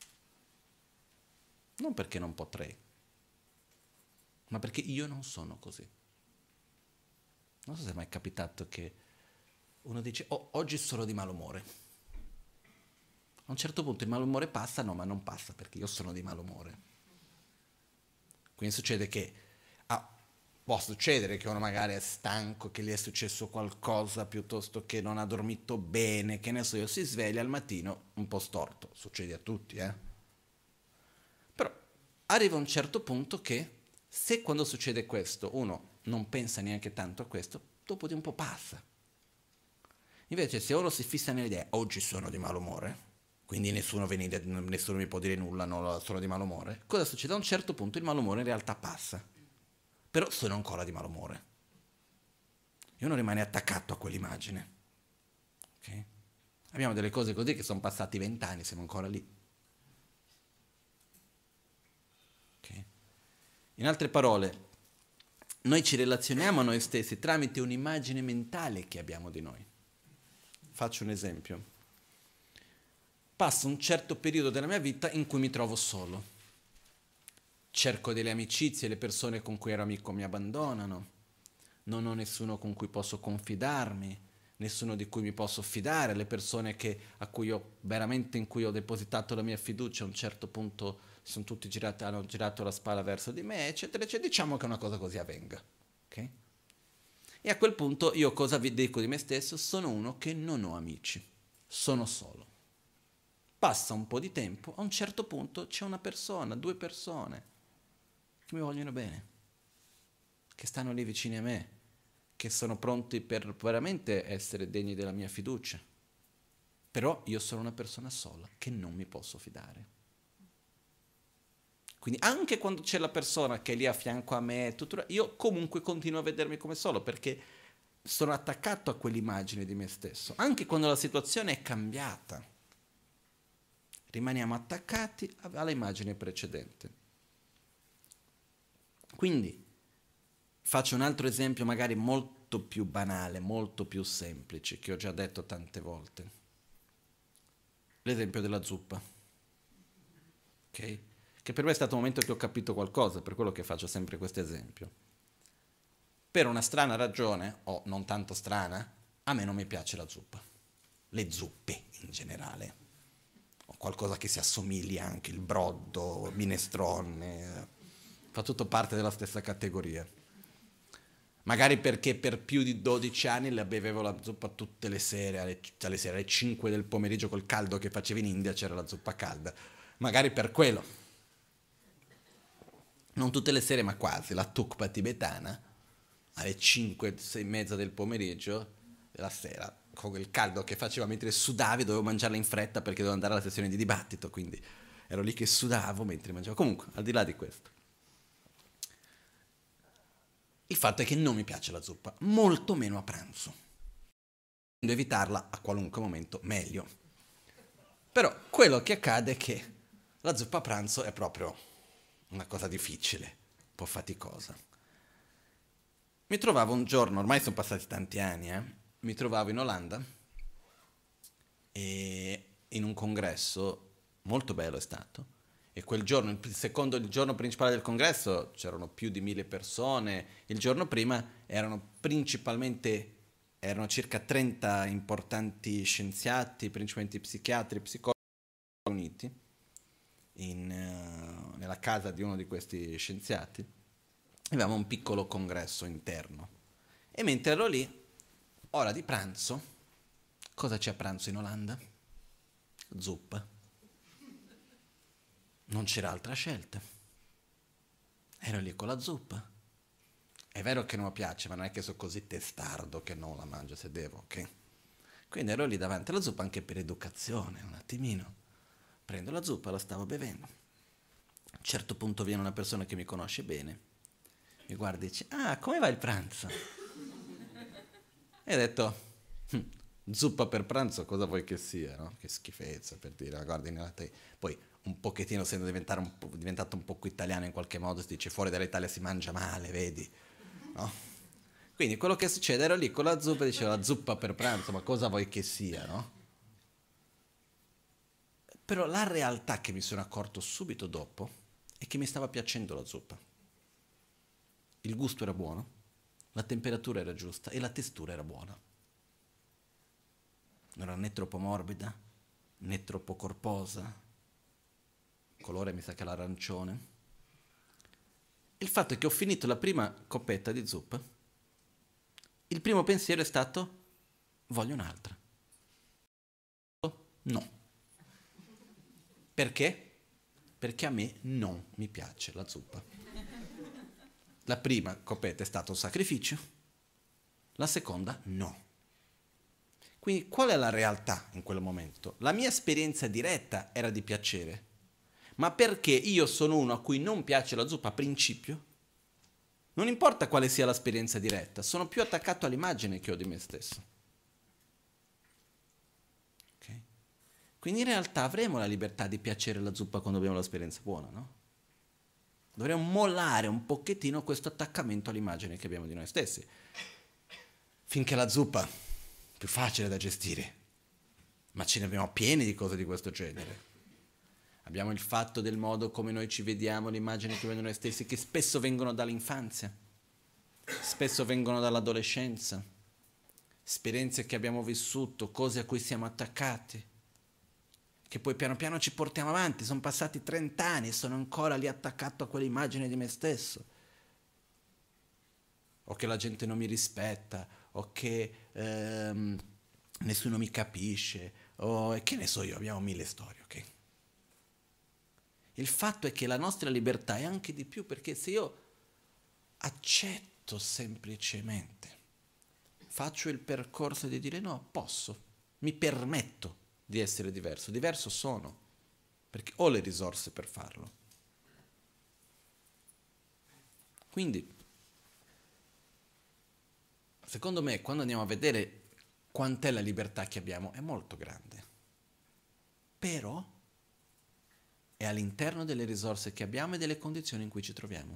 Non perché non potrei, ma perché io non sono così. Non so se è mai capitato che uno dice, oh, oggi sono di malumore. A un certo punto il malumore passa, no, ma non passa perché io sono di malumore. Quindi succede che, ah, può succedere che uno magari è stanco, che gli è successo qualcosa piuttosto che non ha dormito bene, che ne so io, si sveglia al mattino un po' storto. Succede a tutti, eh? Però arriva un certo punto che se quando succede questo uno non pensa neanche tanto a questo, dopo di un po' passa. Invece se uno si fissa nell'idea, oggi sono di malumore, quindi nessuno, viene, nessuno mi può dire nulla, no, sono di malumore, cosa succede? A un certo punto il malumore in realtà passa, però sono ancora di malumore. E uno rimane attaccato a quell'immagine. Okay? Abbiamo delle cose così che sono passati vent'anni, siamo ancora lì. Okay? In altre parole, noi ci relazioniamo a noi stessi tramite un'immagine mentale che abbiamo di noi. Faccio un esempio. Passo un certo periodo della mia vita in cui mi trovo solo. Cerco delle amicizie, le persone con cui ero amico mi abbandonano, non ho nessuno con cui posso confidarmi, nessuno di cui mi posso fidare, le persone che, a cui ho veramente in cui ho depositato la mia fiducia a un certo punto sono tutti girati, hanno girato la spalla verso di me, eccetera, eccetera. Diciamo che una cosa così avvenga. Ok? E a quel punto io cosa vi dico di me stesso? Sono uno che non ho amici, sono solo. Passa un po' di tempo, a un certo punto c'è una persona, due persone che mi vogliono bene, che stanno lì vicini a me, che sono pronti per veramente essere degni della mia fiducia. Però io sono una persona sola che non mi posso fidare. Quindi anche quando c'è la persona che è lì a fianco a me, tutto, io comunque continuo a vedermi come solo perché sono attaccato a quell'immagine di me stesso. Anche quando la situazione è cambiata, rimaniamo attaccati all'immagine precedente. Quindi faccio un altro esempio magari molto più banale, molto più semplice, che ho già detto tante volte. L'esempio della zuppa. Ok? Che per me è stato un momento che ho capito qualcosa, per quello che faccio sempre questo esempio. Per una strana ragione, o non tanto strana, a me non mi piace la zuppa. Le zuppe in generale. O qualcosa che si assomigli anche, il brodo, minestrone, fa tutto parte della stessa categoria. Magari perché per più di dodici anni la bevevo la zuppa tutte le sere, alle, alle sere, alle cinque del pomeriggio col caldo che facevi in India c'era la zuppa calda. Magari per quello. Non tutte le sere, ma quasi. La tukpa tibetana, alle cinque, sei e mezza del pomeriggio, della sera, con il caldo che faceva mentre sudavi, dovevo mangiarla in fretta perché dovevo andare alla sessione di dibattito, quindi ero lì che sudavo mentre mangiavo. Comunque, al di là di questo. Il fatto è che non mi piace la zuppa, molto meno a pranzo. Devo evitarla a qualunque momento, meglio. Però quello che accade è che la zuppa a pranzo è proprio una cosa difficile, un po' faticosa. Mi trovavo un giorno, ormai sono passati tanti anni, eh, mi trovavo in Olanda e in un congresso, molto bello è stato, e quel giorno, il secondo il giorno principale del congresso, c'erano più di mille persone, il giorno prima erano principalmente erano circa trenta importanti scienziati, principalmente psichiatri, psicologi uniti in, uh, nella casa di uno di questi scienziati. Avevamo un piccolo congresso interno. E mentre ero lì, ora di pranzo, cosa c'è a pranzo in Olanda? Zuppa. Non c'era altra scelta. Ero lì con la zuppa. È vero che non mi piace, ma non è che sono così testardo che non la mangio se devo, ok? Quindi ero lì davanti alla zuppa anche per educazione, un attimino. Prendo la zuppa, la stavo bevendo. A un certo punto viene una persona che mi conosce bene, mi guarda e dice, ah, come va il pranzo? E ho detto, hm, zuppa per pranzo cosa vuoi che sia, no? Che schifezza, per dire, guardi nella te. Poi un pochettino, essendo diventare un po', diventato un poco italiano in qualche modo, si dice fuori dall'Italia si mangia male, vedi? No? Quindi quello che succede, ero lì con la zuppa e dicevo la zuppa per pranzo, ma cosa vuoi che sia, no? Però la realtà che mi sono accorto subito dopo è che mi stava piacendo la zuppa. Il gusto era buono, la temperatura era giusta e la textura era buona. Non era né troppo morbida, né troppo corposa. Il colore mi sa che è l'arancione. Il fatto è che ho finito la prima coppetta di zuppa. Il primo pensiero è stato, voglio un'altra. No. Perché? Perché a me non mi piace la zuppa. La prima coppetta è stato un sacrificio, la seconda no. Quindi qual è la realtà in quel momento? La mia esperienza diretta era di piacere, ma perché io sono uno a cui non piace la zuppa a principio, non importa quale sia l'esperienza diretta, sono più attaccato all'immagine che ho di me stesso. Okay? Quindi in realtà avremo la libertà di piacere la zuppa quando abbiamo l'esperienza buona, no? Dovremmo mollare un pochettino questo attaccamento all'immagine che abbiamo di noi stessi. Finché la zuppa è più facile da gestire, ma ce ne abbiamo pieni di cose di questo genere. Abbiamo il fatto del modo come noi ci vediamo, l'immagine che abbiamo di noi stessi, che spesso vengono dall'infanzia, spesso vengono dall'adolescenza, esperienze che abbiamo vissuto, cose a cui siamo attaccati, che poi piano piano ci portiamo avanti. Sono passati trent'anni e sono ancora lì attaccato a quell'immagine di me stesso. O che la gente non mi rispetta, o che ehm, nessuno mi capisce, o che ne so io, abbiamo mille storie, ok? Il fatto è che la nostra libertà è anche di più, perché se io accetto semplicemente, faccio il percorso di dire no, posso, mi permetto di essere diverso, diverso sono, perché ho le risorse per farlo. Quindi, secondo me, quando andiamo a vedere quant'è la libertà che abbiamo, è molto grande. Però è all'interno delle risorse che abbiamo e delle condizioni in cui ci troviamo.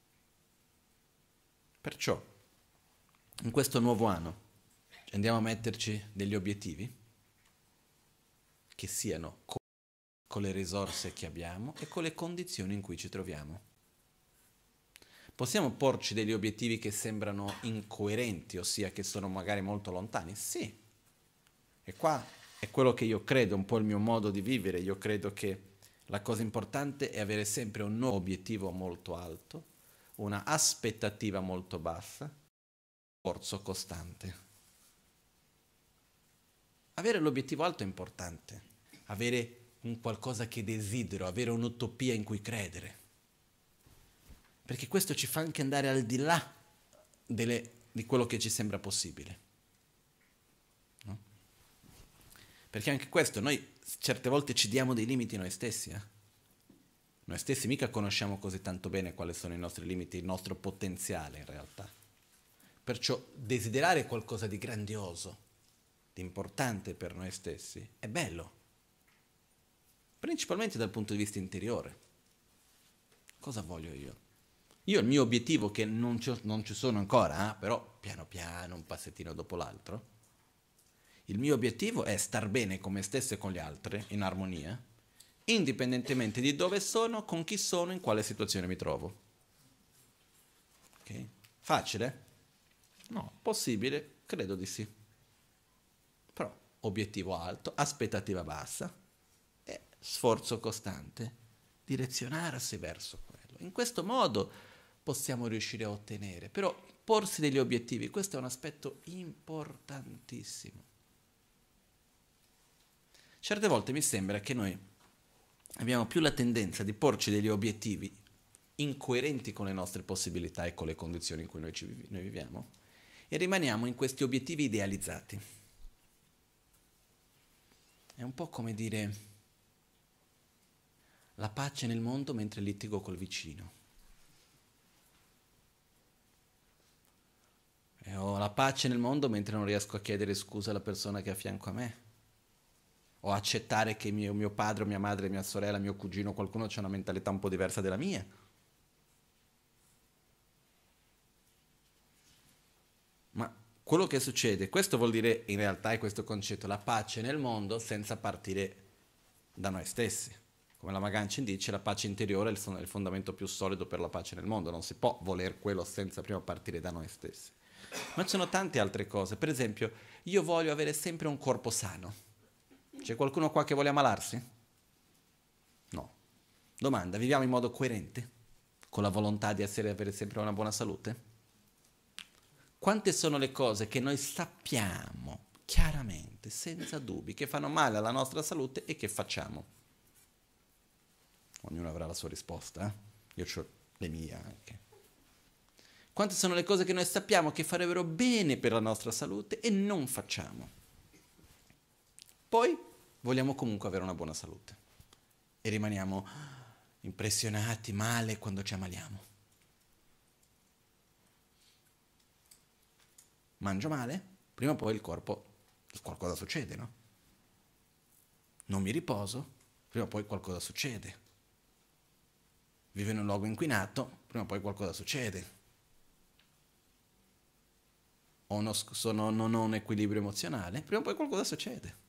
Perciò, in questo nuovo anno, andiamo a metterci degli obiettivi che siano co- con le risorse che abbiamo e con le condizioni in cui ci troviamo. Possiamo porci degli obiettivi che sembrano incoerenti, ossia che sono magari molto lontani? Sì. E qua è quello che io credo, un po' il mio modo di vivere. Io credo che la cosa importante è avere sempre un nuovo obiettivo molto alto, una aspettativa molto bassa, un sforzo costante. Avere l'obiettivo alto è importante, avere un qualcosa che desidero, avere un'utopia in cui credere. Perché questo ci fa anche andare al di là delle, di quello che ci sembra possibile. No? Perché anche questo, noi certe volte ci diamo dei limiti noi stessi. Eh? Noi stessi mica conosciamo così tanto bene quali sono i nostri limiti, il nostro potenziale in realtà. Perciò desiderare qualcosa di grandioso, di importante per noi stessi, è bello. Principalmente dal punto di vista interiore. Cosa voglio io? Io il mio obiettivo, che non ci, non ci sono ancora, eh, però piano piano, un passettino dopo l'altro, il mio obiettivo è star bene con me stesso e con gli altri, in armonia, indipendentemente di dove sono, con chi sono, in quale situazione mi trovo. Ok? Facile? No, possibile, Credo di sì. Però obiettivo alto, aspettativa bassa e sforzo costante, direzionarsi verso quello. In questo modo possiamo riuscire a ottenere, però porsi degli obiettivi, questo è un aspetto importantissimo. Certe volte mi sembra che noi abbiamo più la tendenza di porci degli obiettivi incoerenti con le nostre possibilità e con le condizioni in cui noi, ci vivi- noi viviamo e rimaniamo in questi obiettivi idealizzati. È un po' come dire la pace nel mondo mentre litigo col vicino. E ho la pace nel mondo mentre non riesco a chiedere scusa alla persona che è a fianco a me. O accettare che mio, mio padre, mia madre, mia sorella, mio cugino, qualcuno ha una mentalità un po' diversa della mia. Ma quello che succede, questo vuol dire in realtà è questo concetto, la pace nel mondo senza partire da noi stessi. Come la Magancin dice, la pace interiore è il fondamento più solido per la pace nel mondo, non si può voler quello senza prima partire da noi stessi. Ma ci sono tante altre cose, per esempio, io voglio avere sempre un corpo sano. C'è qualcuno qua che vuole ammalarsi? No. Domanda, viviamo in modo coerente? Con la volontà di essere, avere sempre una buona salute? Quante sono le cose che noi sappiamo chiaramente, senza dubbi, che fanno male alla nostra salute e che facciamo? Ognuno avrà la sua risposta, eh? Io ho le mie anche. Quante sono le cose che noi sappiamo che farebbero bene per la nostra salute e non facciamo? Poi vogliamo comunque avere una buona salute e rimaniamo impressionati male quando ci ammaliamo. Mangio male, prima o poi il corpo, qualcosa succede, no? Non mi riposo, prima o poi qualcosa succede. Vivo in un luogo inquinato, prima o poi qualcosa succede. O uno, sono, non ho un equilibrio emozionale, prima o poi qualcosa succede.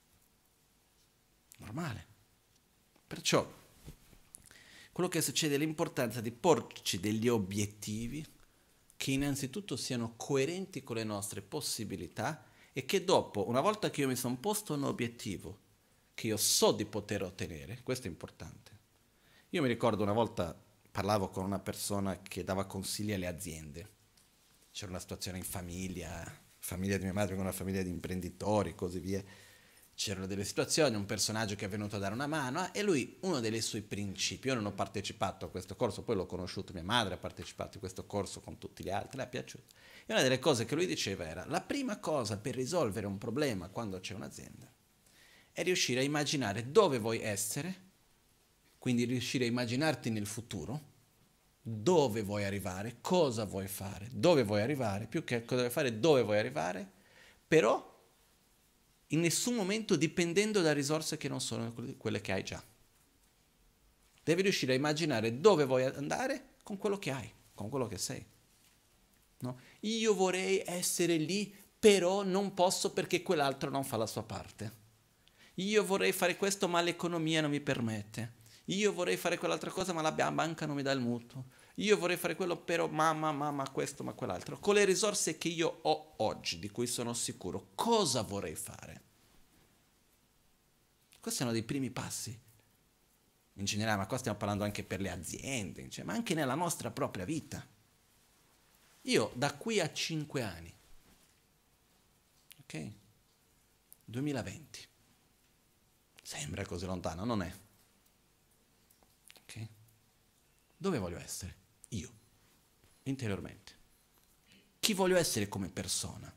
Normale. Perciò, quello che succede è l'importanza di porci degli obiettivi che innanzitutto siano coerenti con le nostre possibilità e che dopo, una volta che io mi sono posto un obiettivo che io so di poter ottenere, questo è importante. Io mi ricordo una volta parlavo con una persona che dava consigli alle aziende. C'era una situazione in famiglia, famiglia di mia madre con una famiglia di imprenditori e così via. C'erano delle situazioni, un personaggio che è venuto a dare una mano e lui, uno dei suoi principi, io non ho partecipato a questo corso, poi l'ho conosciuto, mia madre ha partecipato a questo corso con tutti gli altri, le è piaciuto. E una delle cose che lui diceva era, la prima cosa per risolvere un problema quando c'è un'azienda è riuscire a immaginare dove vuoi essere, quindi riuscire a immaginarti nel futuro, dove vuoi arrivare, cosa vuoi fare, dove vuoi arrivare, più che cosa vuoi fare, dove vuoi arrivare, però in nessun momento dipendendo da risorse che non sono quelle che hai già. Devi riuscire a immaginare dove vuoi andare con quello che hai, con quello che sei. No? Io vorrei essere lì, però non posso perché quell'altro non fa la sua parte. Io vorrei fare questo, ma l'economia non mi permette. Io vorrei fare quell'altra cosa, ma la banca non mi dà il mutuo. Io vorrei fare quello, però mamma, mamma, questo, ma quell'altro. Con le risorse che io ho oggi, di cui sono sicuro, cosa vorrei fare? Questi sono dei primi passi. In generale, ma qua stiamo parlando anche per le aziende, cioè, ma anche nella nostra propria vita. Io da qui a cinque anni, ok? duemilaventi. Sembra così lontano, non è? Ok? Dove voglio essere? Io, interiormente. Chi voglio essere come persona?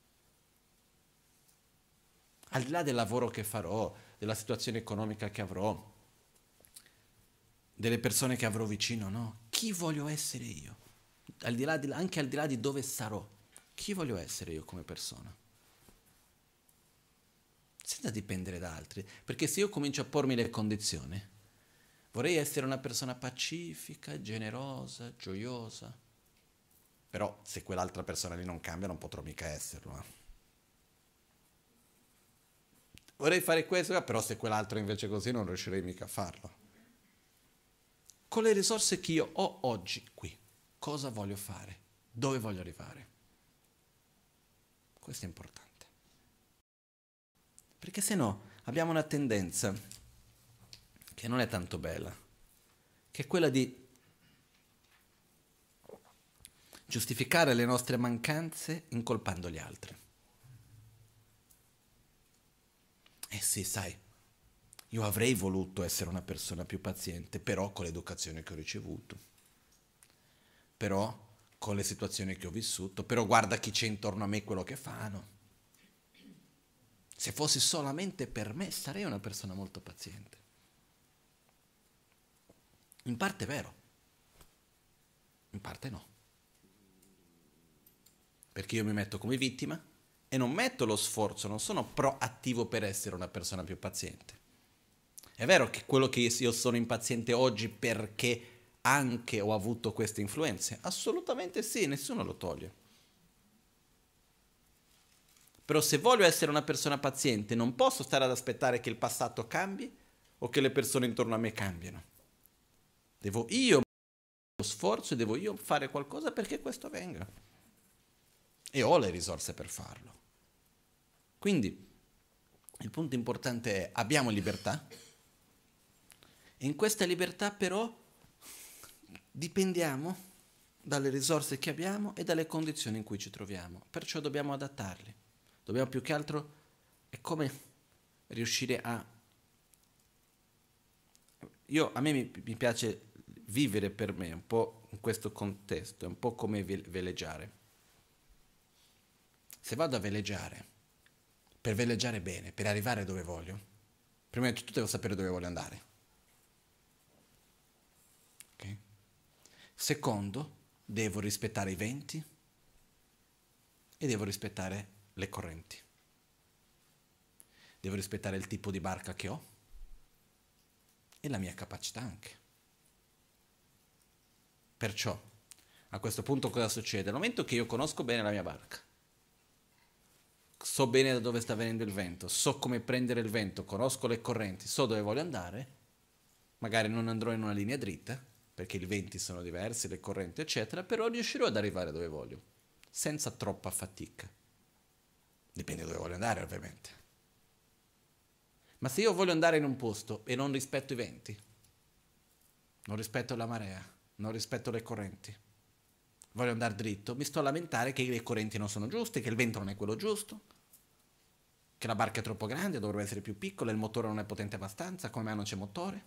Al di là del lavoro che farò, della situazione economica che avrò, delle persone che avrò vicino, no? Chi voglio essere io? Al di là di, anche al di là di dove sarò, chi voglio essere io come persona? Senza dipendere da altri, perché se io comincio a pormi le condizioni, vorrei essere una persona pacifica, generosa, gioiosa, però se quell'altra persona lì non cambia non potrò mica esserlo. Eh. Vorrei fare questo, però se quell'altro invece così non riuscirei mica a farlo. Con le risorse che io ho oggi qui, cosa voglio fare? Dove voglio arrivare? Questo è importante. Perché se no abbiamo una tendenza che non è tanto bella, che è quella di giustificare le nostre mancanze incolpando gli altri. Eh sì, sai, io avrei voluto essere una persona più paziente, però con l'educazione che ho ricevuto, però con le situazioni che ho vissuto, però guarda chi c'è intorno a me, quello che fanno. Se fossi solamente per me, sarei una persona molto paziente. In parte è vero, in parte no. Perché io mi metto come vittima e non metto lo sforzo, non sono proattivo per essere una persona più paziente. È vero che quello che io sono impaziente oggi perché anche ho avuto queste influenze? Assolutamente sì, nessuno lo toglie. Però se voglio essere una persona paziente, non posso stare ad aspettare che il passato cambi o che le persone intorno a me cambiano. Devo io lo sforzo e devo io fare qualcosa perché questo avvenga. E ho le risorse per farlo. Quindi il punto importante è: abbiamo libertà? E in questa libertà però dipendiamo dalle risorse che abbiamo e dalle condizioni in cui ci troviamo. Perciò dobbiamo adattarli. Dobbiamo più che altro, è come riuscire a... Io, a me mi, mi piace vivere per me un po' in questo contesto, è un po' come veleggiare. Se vado a veleggiare, per veleggiare bene, per arrivare dove voglio, prima di tutto devo sapere dove voglio andare. Okay? Secondo, devo rispettare i venti e devo rispettare le correnti. Devo rispettare il tipo di barca che ho e la mia capacità anche. Perciò, a questo punto cosa succede? Nel momento che io conosco bene la mia barca, so bene da dove sta venendo il vento, so come prendere il vento, conosco le correnti, so dove voglio andare, magari non andrò in una linea dritta, perché i venti sono diversi, le correnti, eccetera, però riuscirò ad arrivare dove voglio, senza troppa fatica. Dipende da dove voglio andare, ovviamente. Ma se io voglio andare in un posto e non rispetto i venti, non rispetto la marea, non rispetto le correnti, voglio andare dritto, mi sto a lamentare che le correnti non sono giuste, che il vento non è quello giusto, che la barca è troppo grande, dovrebbe essere più piccola, il motore non è potente abbastanza, come mai non c'è motore?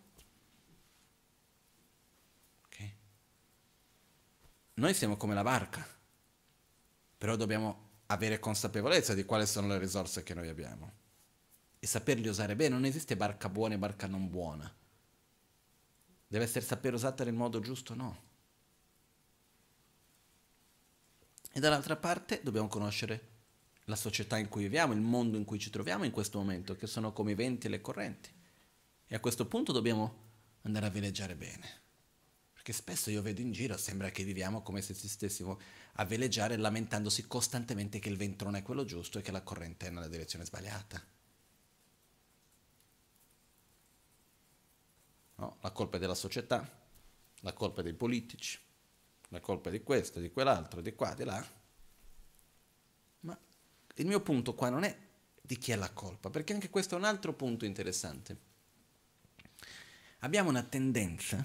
Ok? Noi siamo come la barca, però dobbiamo avere consapevolezza di quali sono le risorse che noi abbiamo e saperli usare bene. Non esiste barca buona e barca non buona. Deve essere saper usata nel modo giusto o no. E dall'altra parte dobbiamo conoscere la società in cui viviamo, il mondo in cui ci troviamo in questo momento, che sono come i venti e le correnti. E a questo punto dobbiamo andare a veleggiare bene. Perché spesso io vedo in giro, sembra che viviamo come se ci stessimo a veleggiare lamentandosi costantemente che il vento non è quello giusto e che la corrente è nella direzione sbagliata. No? La colpa è della società, la colpa è dei politici, la colpa è di questo, di quell'altro, di qua, di là. Ma il mio punto qua non è di chi è la colpa, perché anche questo è un altro punto interessante. Abbiamo una tendenza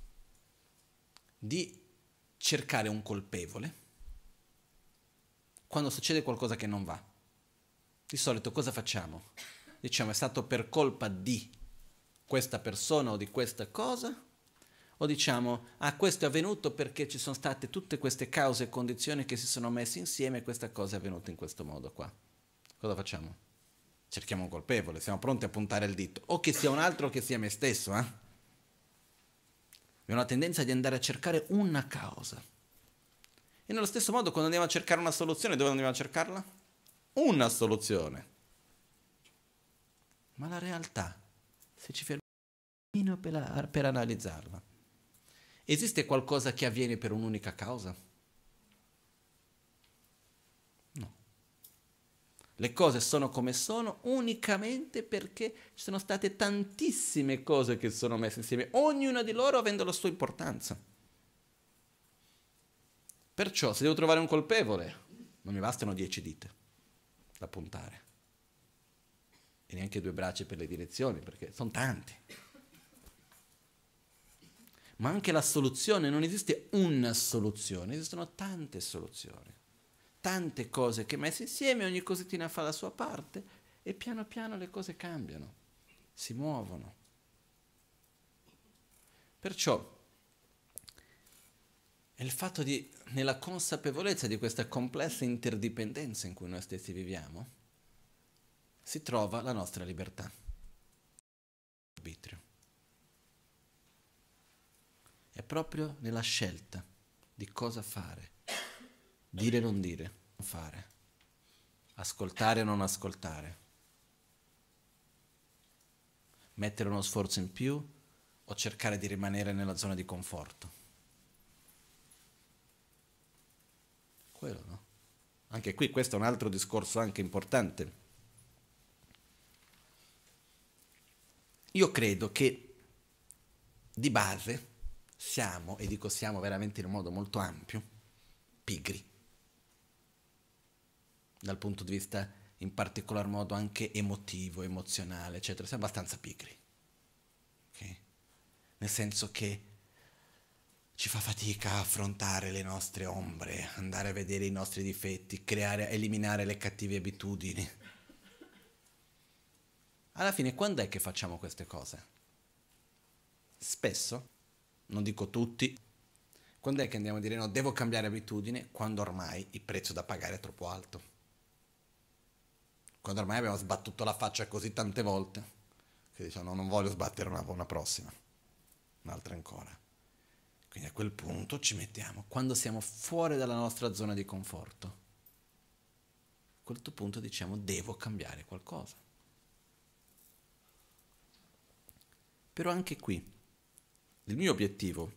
di cercare un colpevole quando succede qualcosa che non va. Di solito cosa facciamo? Diciamo: è stato per colpa di questa persona o di questa cosa, o diciamo: ah, questo è avvenuto perché ci sono state tutte queste cause e condizioni che si sono messe insieme e questa cosa è avvenuta in questo modo qua. Cosa facciamo? Cerchiamo un colpevole, siamo pronti a puntare il dito, o che sia un altro o che sia me stesso, eh? Abbiamo una tendenza di andare a cercare una causa. E nello stesso modo, quando andiamo a cercare una soluzione, dove andiamo a cercarla? Una soluzione. Ma la realtà, se ci fermiamo per, per analizzarla, esiste qualcosa che avviene per un'unica causa? No. Le cose sono come sono unicamente perché ci sono state tantissime cose che sono messe insieme, ognuna di loro avendo la sua importanza. Perciò, se devo trovare un colpevole, non mi bastano dieci dita. da puntare. E neanche due braccia per le direzioni, perché sono tanti. Ma anche la soluzione, non esiste una soluzione, esistono tante soluzioni. Tante cose che messe insieme, ogni cosettina fa la sua parte e piano piano le cose cambiano, si muovono. Perciò è il fatto di, nella consapevolezza di questa complessa interdipendenza in cui noi stessi viviamo, si trova la nostra libertà. Arbitrio. È proprio nella scelta di cosa fare, dire o non dire, non fare, ascoltare o non ascoltare, mettere uno sforzo in più o cercare di rimanere nella zona di conforto. Quello, no? Anche qui questo è un altro discorso anche importante. Io credo che di base siamo, e dico siamo veramente in un modo molto ampio, pigri. Dal punto di vista in particolar modo anche emotivo, emozionale, eccetera. Siamo abbastanza pigri. Okay? Nel senso che ci fa fatica a affrontare le nostre ombre, andare a vedere i nostri difetti, creare, eliminare le cattive abitudini. Alla fine, quando è che facciamo queste cose? Spesso, non dico tutti, quando è che andiamo a dire no, devo cambiare abitudine? Quando ormai il prezzo da pagare è troppo alto. Quando ormai abbiamo sbattuto la faccia così tante volte, che diciamo no, non voglio sbattere una, una prossima, un'altra ancora. Quindi a quel punto ci mettiamo, quando siamo fuori dalla nostra zona di conforto, a quel punto diciamo devo cambiare qualcosa. Però anche qui, il mio obiettivo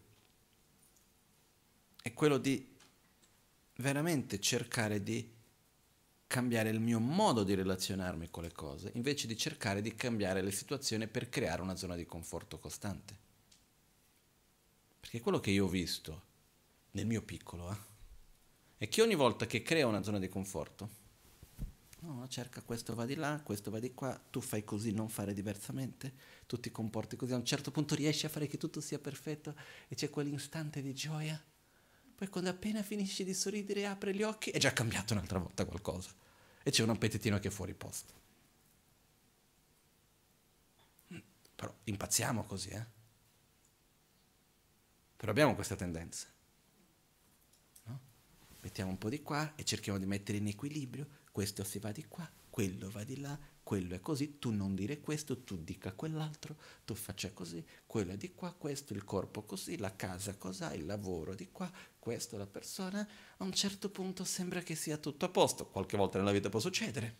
è quello di veramente cercare di cambiare il mio modo di relazionarmi con le cose, invece di cercare di cambiare le situazioni per creare una zona di conforto costante. Perché quello che io ho visto nel mio piccolo eh, è che ogni volta che crea una zona di conforto, no, cerca questo va di là, questo va di qua, tu fai così, non fare diversamente, tu ti comporti così, a un certo punto riesci a fare che tutto sia perfetto e c'è quell'istante di gioia, poi quando appena finisci di sorridere e apri gli occhi è già cambiato un'altra volta qualcosa e c'è un appetitino che è fuori posto. Però impazziamo così, eh? Però abbiamo questa tendenza, no? Mettiamo un po' di qua e cerchiamo di mettere in equilibrio, questo si va di qua, quello va di là, quello è così, tu non dire questo, tu dica quell'altro, tu faccia così, quello è di qua, questo, il corpo così, la casa cos'ha, il lavoro di qua, questo, la persona, a un certo punto sembra che sia tutto a posto, qualche volta nella vita può succedere,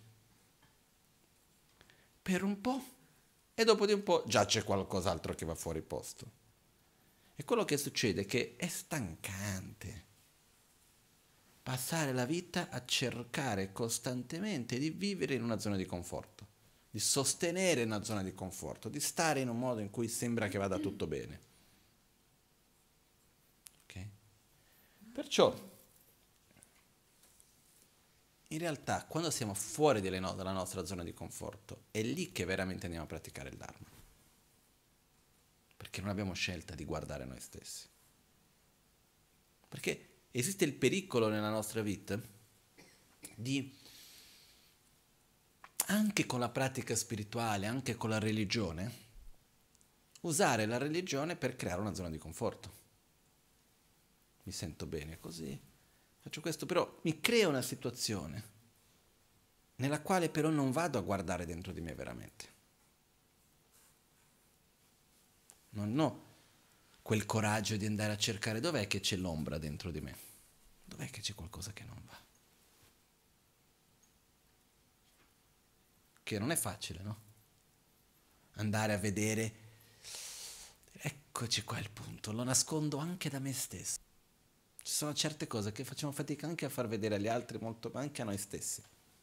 per un po', e dopo di un po' già c'è qualcos'altro che va fuori posto. E quello che succede è che è stancante passare la vita a cercare costantemente di vivere in una zona di conforto, di sostenere una zona di conforto, di stare in un modo in cui sembra che vada tutto bene. Okay? Perciò, in realtà, quando siamo fuori delle no- dalla nostra zona di conforto, è lì che veramente andiamo a praticare il Dharma. Perché non abbiamo scelta di guardare noi stessi. Perché esiste il pericolo nella nostra vita di, anche con la pratica spirituale, anche con la religione, usare la religione per creare una zona di conforto. Mi sento bene così, faccio questo, però mi crea una situazione nella quale però non vado a guardare dentro di me veramente. Non ho quel coraggio di andare a cercare dov'è che c'è l'ombra dentro di me, dov'è che c'è qualcosa che non va. Che non è facile, no? Andare a vedere, eccoci qua il punto, lo nascondo anche da me stesso. Ci sono certe cose che facciamo fatica anche a far vedere agli altri, molto, ma anche a noi stessi.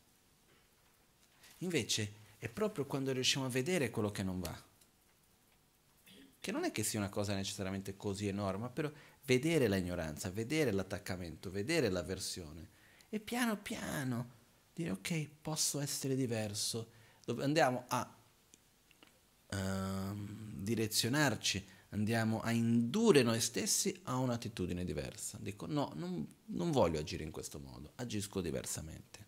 Invece è proprio quando riusciamo a vedere quello che non va, che non è che sia una cosa necessariamente così enorme, però vedere la ignoranza, vedere l'attaccamento, vedere l'avversione e piano piano dire ok, posso essere diverso, andiamo a uh, direzionarci, andiamo a indurre noi stessi a un'attitudine diversa. Dico no, non, non voglio agire in questo modo, agisco diversamente.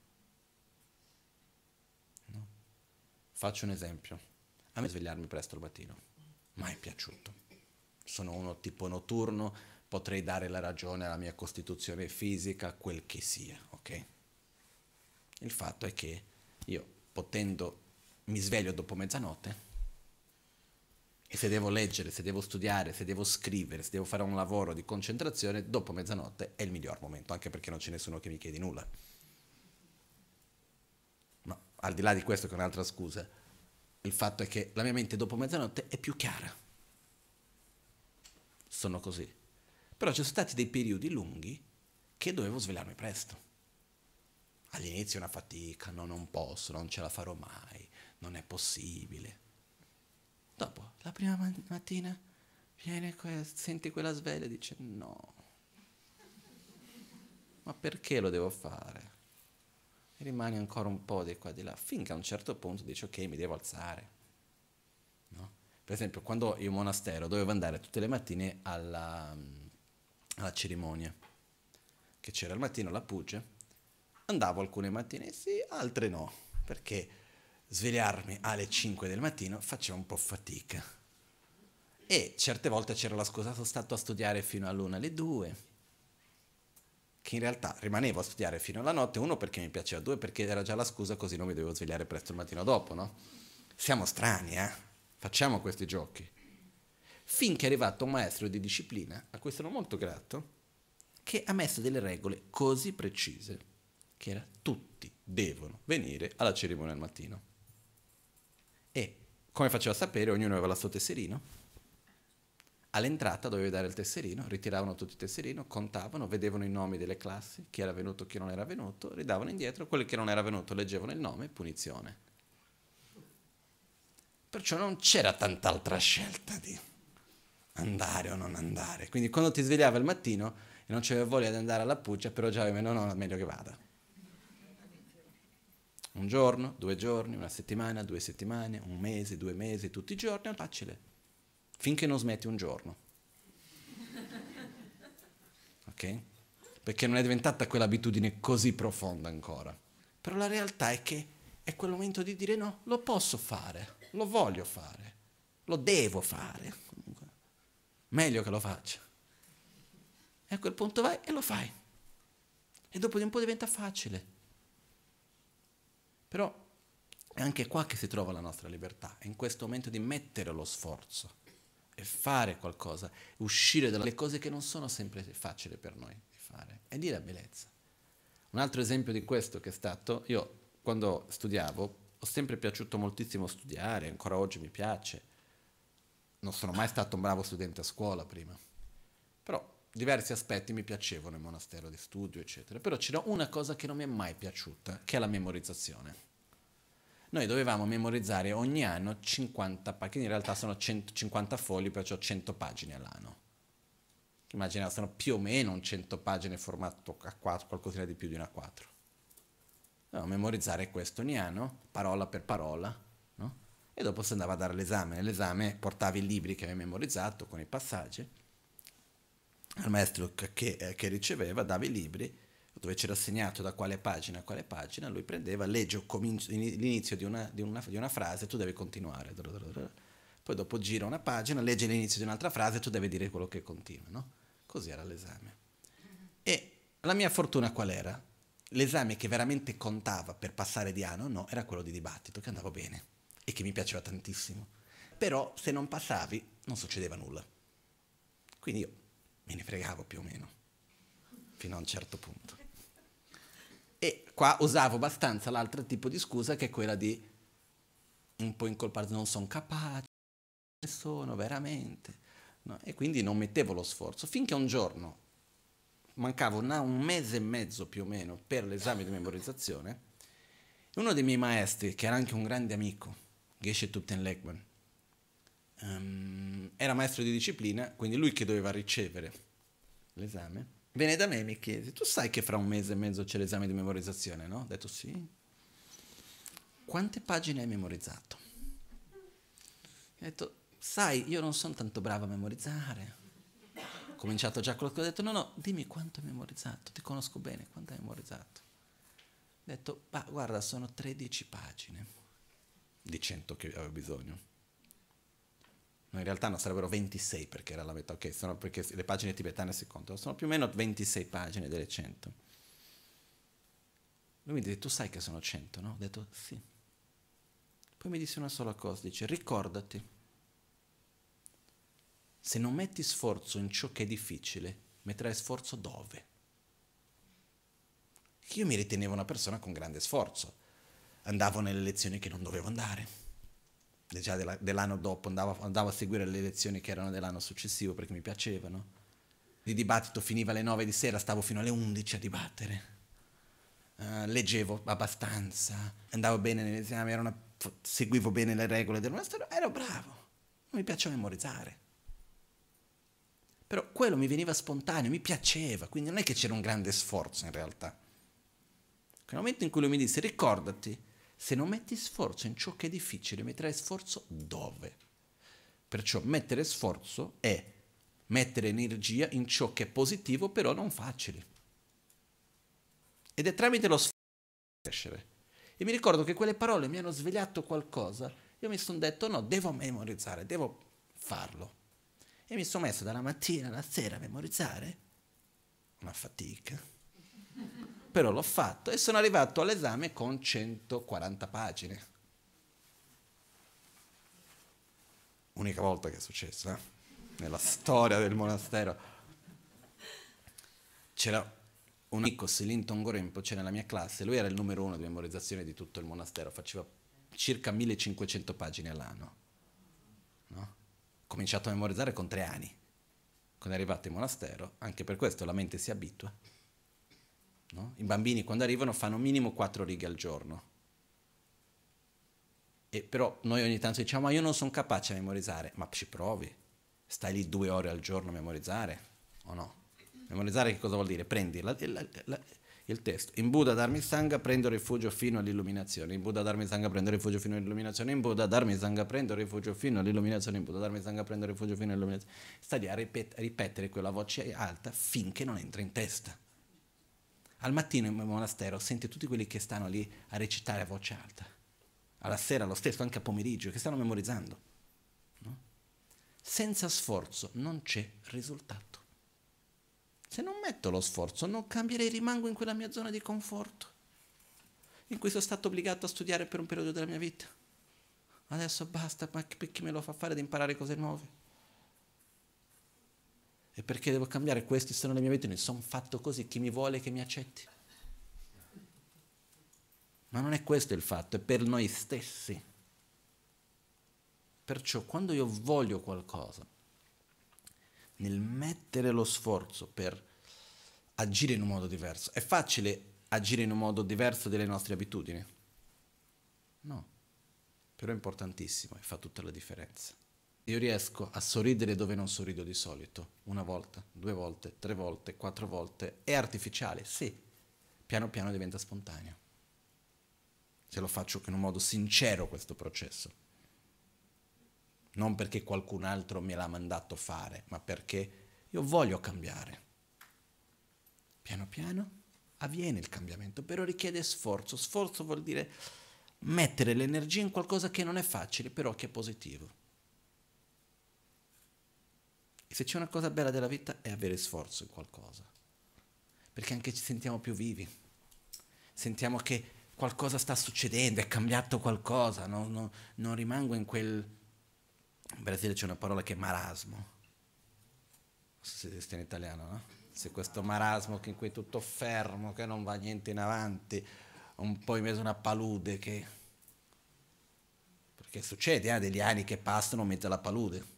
No? Faccio un esempio. A me svegliarmi presto al mattino, mai è piaciuto. Sono uno tipo notturno, potrei dare la ragione alla mia costituzione fisica, quel che sia, ok? Il fatto è che io, potendo, mi sveglio dopo mezzanotte e se devo leggere, se devo studiare, se devo scrivere, se devo fare un lavoro di concentrazione, dopo mezzanotte è il miglior momento, anche perché non c'è nessuno che mi chiedi nulla. Ma al di là di questo, che è un'altra scusa, il fatto è che la mia mente dopo mezzanotte è più chiara. Sono così. Però ci sono stati dei periodi lunghi che dovevo svegliarmi presto. All'inizio una fatica, no, non posso, non ce la farò mai, non è possibile. Dopo, la prima mattina, viene que- senti quella sveglia e dici no, ma perché lo devo fare? E rimani ancora un po' di qua di là, finché a un certo punto dici ok, mi devo alzare. No? Per esempio, quando io in monastero dovevo andare tutte le mattine alla, alla cerimonia, che c'era al mattino la puce, andavo alcune mattine sì, altre no, perché svegliarmi alle cinque del mattino faceva un po' fatica. E certe volte c'era la scusa, sono stato a studiare fino all'una, alle due, che in realtà rimanevo a studiare fino alla notte, uno perché mi piaceva, due perché era già la scusa, così non mi dovevo svegliare presto il mattino dopo, no? Siamo strani, eh? Facciamo questi giochi. Finché è arrivato un maestro di disciplina, a cui sono molto grato, che ha messo delle regole così precise, che era tutti devono venire alla cerimonia al mattino. E, come faceva a sapere, ognuno aveva il suo tesserino. All'entrata dovevi dare il tesserino, ritiravano tutti il tesserino, contavano, vedevano i nomi delle classi, chi era venuto, chi non era venuto, ridavano indietro, quelli che non era venuto leggevano il nome, punizione. Perciò non c'era tant'altra scelta di andare o non andare. Quindi quando ti svegliava il mattino e non c'avevi voglia di andare alla puccia, però già avevi, no, no, meglio che vada. Un giorno, due giorni, una settimana, due settimane, un mese, due mesi, tutti i giorni, è facile. Finché non smetti un giorno. Ok? Perché non è diventata quell'abitudine così profonda ancora. Però la realtà è che è quel momento di dire no, lo posso fare, lo voglio fare, lo devo fare. Comunque, meglio che lo faccia. E a quel punto vai e lo fai. E dopo di un po' diventa facile. Però è anche qua che si trova la nostra libertà, è in questo momento di mettere lo sforzo e fare qualcosa, uscire dalle cose che non sono sempre facili per noi di fare. È lì la bellezza. Un altro esempio di questo che è stato, io quando studiavo ho sempre piaciuto moltissimo studiare, ancora oggi mi piace. Non sono mai stato un bravo studente a scuola prima, però diversi aspetti mi piacevano, il monastero di studio, eccetera. Però c'era una cosa che non mi è mai piaciuta, che è la memorizzazione. Noi dovevamo memorizzare ogni anno cinquanta pagine, in realtà sono centocinquanta fogli, perciò cento pagine all'anno. Immagina, sono più o meno cento pagine formato a quattro, qualcosina di più di una A quattro. Dovevamo memorizzare questo ogni anno, parola per parola, no? E dopo si andava a dare l'esame. Nell'esame portavi i libri che avevi memorizzato con i passaggi, al maestro che, che riceveva, dava i libri, dove c'era segnato da quale pagina a quale pagina, lui prendeva, legge l'inizio di una, di, una, di una frase, tu devi continuare. Poi dopo gira una pagina, legge l'inizio di un'altra frase, tu devi dire quello che continua, no? Così era l'esame. E la mia fortuna qual era? L'esame che veramente contava per passare di anno, no, era quello di dibattito, che andava bene e che mi piaceva tantissimo. Però se non passavi non succedeva nulla. Quindi io me ne fregavo più o meno, fino a un certo punto. E qua usavo abbastanza l'altro tipo di scusa, che è quella di un po' incolpare, non sono capace, non sono veramente, no? E quindi non mettevo lo sforzo, finché un giorno mancava una, un mese e mezzo più o meno per l'esame di memorizzazione, uno dei miei maestri, che era anche un grande amico, Geshe Thupten Legman, um, era maestro di disciplina, quindi lui che doveva ricevere l'esame, Viene da me e mi chiede, tu sai che fra un mese e mezzo c'è l'esame di memorizzazione, no? Ho detto sì. Quante pagine hai memorizzato? Ho detto, sai, io non sono tanto bravo a memorizzare. Ho cominciato già con lo che ho detto, no, no, dimmi quanto hai memorizzato, ti conosco bene, quanto hai memorizzato? Ho detto, ma guarda, sono tredici pagine di cento che avevo bisogno. No, in realtà non sarebbero ventisei perché era la metà, ok, sono perché le pagine tibetane si contano, sono più o meno ventisei pagine delle cento. Lui mi dice, tu sai che sono cento, no? Ho detto, sì. Poi mi disse una sola cosa, dice, ricordati, se non metti sforzo in ciò che è difficile, metterai sforzo dove? Io mi ritenevo una persona con grande sforzo, andavo nelle lezioni che non dovevo andare. Già dell'anno dopo andavo, andavo a seguire le lezioni che erano dell'anno successivo perché mi piacevano. Il dibattito finiva alle nove di sera, stavo fino alle undici a dibattere. Uh, leggevo abbastanza, andavo bene negli esami, una, seguivo bene le regole del monastero, ero bravo, non mi piaceva memorizzare. Però quello mi veniva spontaneo, mi piaceva, quindi non è che c'era un grande sforzo in realtà. Nel momento in cui lui mi disse, ricordati, se non metti sforzo in ciò che è difficile, metterai sforzo dove? Perciò mettere sforzo è mettere energia in ciò che è positivo, però non facile. Ed è tramite lo sforzo che crescere. E mi ricordo che quelle parole mi hanno svegliato qualcosa. Io mi sono detto, no, devo memorizzare, devo farlo. E mi sono messo dalla mattina alla sera a memorizzare. Una fatica. Però l'ho fatto e sono arrivato all'esame con centoquaranta pagine. Unica volta che è successo, eh? Nella storia del monastero. C'era un amico, Selinton Gorempo, c'era nella mia classe, lui era il numero uno di memorizzazione di tutto il monastero, faceva circa millecinquecento pagine all'anno. No? Ho cominciato a memorizzare con tre anni. Quando è arrivato in monastero, anche per questo la mente si abitua. No? I bambini quando arrivano fanno minimo quattro righe al giorno. E però noi ogni tanto diciamo, ma io non sono capace a memorizzare, ma ci provi. Stai lì due ore al giorno a memorizzare, o no? Memorizzare che cosa vuol dire? Prendi la, la, la, il testo. In Buddha Dharma Sangha prendo rifugio fino all'illuminazione. In Buddha Dharma Sangha prendo rifugio fino all'illuminazione. In Buddha Dharma Sangha prendo rifugio fino all'illuminazione. In Buddha Dharma Sangha prendo rifugio fino all'illuminazione. Stai lì a, ripet- a ripetere quella voce alta finché non entra in testa. Al mattino in monastero senti tutti quelli che stanno lì a recitare a voce alta. Alla sera lo stesso, anche a pomeriggio, che stanno memorizzando. No? Senza sforzo non c'è risultato. Se non metto lo sforzo non cambierei, rimango in quella mia zona di conforto, in cui sono stato obbligato a studiare per un periodo della mia vita. Adesso basta, ma perché me lo fa fare di imparare cose nuove? E perché devo cambiare? Questi sono le mie abitudini, sono fatto così, chi mi vuole che mi accetti. Ma non è questo il fatto, è per noi stessi. Perciò quando io voglio qualcosa, nel mettere lo sforzo per agire in un modo diverso, è facile agire in un modo diverso delle nostre abitudini? No, però è importantissimo e fa tutta la differenza. Io riesco a sorridere dove non sorrido di solito, una volta, due volte, tre volte, quattro volte, è artificiale, sì, piano piano diventa spontaneo. Se lo faccio in un modo sincero questo processo. Non perché qualcun altro me l'ha mandato fare, ma perché io voglio cambiare. Piano piano avviene il cambiamento, però richiede sforzo. Sforzo vuol dire mettere l'energia in qualcosa che non è facile, però che è positivo. E se c'è una cosa bella della vita è avere sforzo in qualcosa, perché anche ci sentiamo più vivi. Sentiamo che qualcosa sta succedendo, è cambiato qualcosa, no, no, non rimango in quel... In Brasile c'è una parola che è marasmo. Non so se esiste in italiano, no? Se questo marasmo che in cui è tutto fermo, che non va niente in avanti, un po' in mezzo a una palude che... Perché succede, eh, degli anni che passano in mezzo alla palude.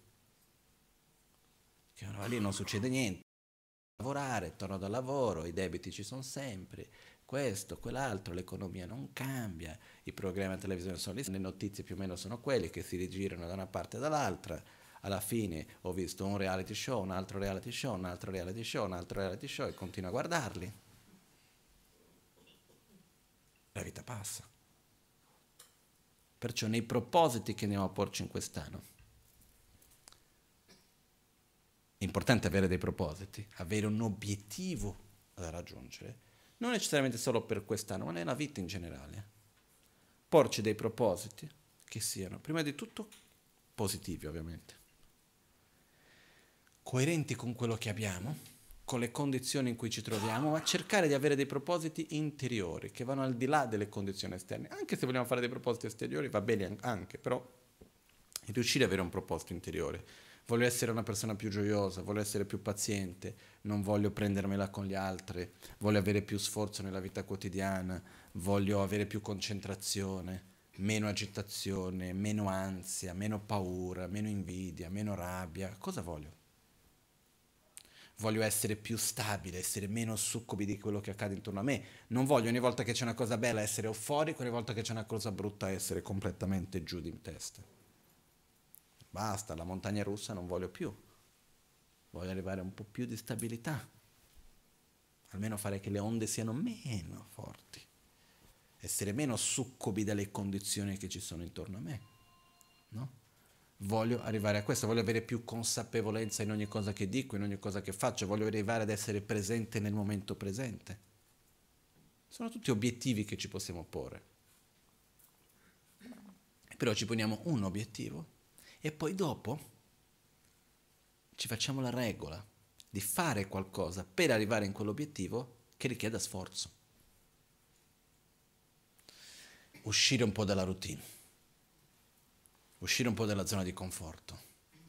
Che uno va lì non succede niente. Lavorare, torno dal lavoro, i debiti ci sono sempre, questo, quell'altro, l'economia non cambia, i programmi a televisione sono lì, le notizie più o meno sono quelle che si rigirano da una parte e dall'altra, Alla fine ho visto un reality show, un altro reality show, un altro reality show, un altro reality show e continuo a guardarli. La vita passa. Perciò nei propositi che andiamo a porci in quest'anno, è importante avere dei propositi, avere un obiettivo da raggiungere, non necessariamente solo per quest'anno, ma nella vita in generale. Porci dei propositi che siano, prima di tutto, positivi ovviamente, coerenti con quello che abbiamo, con le condizioni in cui ci troviamo, ma cercare di avere dei propositi interiori che vanno al di là delle condizioni esterne. Anche se vogliamo fare dei propositi esteriori va bene anche, però riuscire ad avere un proposito interiore. Voglio essere una persona più gioiosa, voglio essere più paziente, non voglio prendermela con gli altri, voglio avere più sforzo nella vita quotidiana, voglio avere più concentrazione, meno agitazione, meno ansia, meno paura, meno invidia, meno rabbia. Cosa voglio? Voglio essere più stabile, essere meno succubi di quello che accade intorno a me. Non voglio ogni volta che c'è una cosa bella essere euforico, ogni volta che c'è una cosa brutta essere completamente giù di testa. Basta, la montagna russa non voglio più. Voglio arrivare a un po' più di stabilità. Almeno fare che le onde siano meno forti. Essere meno succubi dalle condizioni che ci sono intorno a me. No? Voglio arrivare a questo, voglio avere più consapevolezza in ogni cosa che dico, in ogni cosa che faccio, voglio arrivare ad essere presente nel momento presente. Sono tutti obiettivi che ci possiamo porre. Però ci poniamo un obiettivo e poi dopo ci facciamo la regola di fare qualcosa per arrivare in quell'obiettivo che richieda sforzo. Uscire un po' dalla routine. Uscire un po' dalla zona di conforto.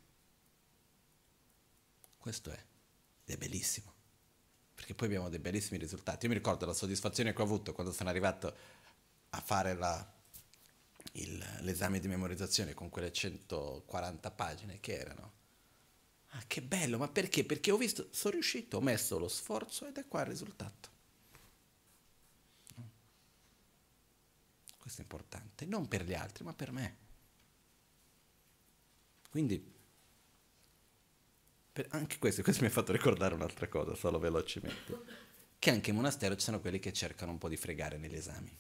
Questo è, ed è bellissimo, perché poi abbiamo dei bellissimi risultati. Io mi ricordo la soddisfazione che ho avuto quando sono arrivato a fare la, il, l'esame di memorizzazione con quelle centoquaranta pagine che erano. Ah, che bello, ma perché? Perché ho visto, sono riuscito, ho messo lo sforzo ed è qua il risultato. Questo è importante, non per gli altri, ma per me. Quindi, per anche questo, questo mi ha fatto ricordare un'altra cosa, solo velocemente, che anche in monastero ci sono quelli che cercano un po' di fregare negli esami.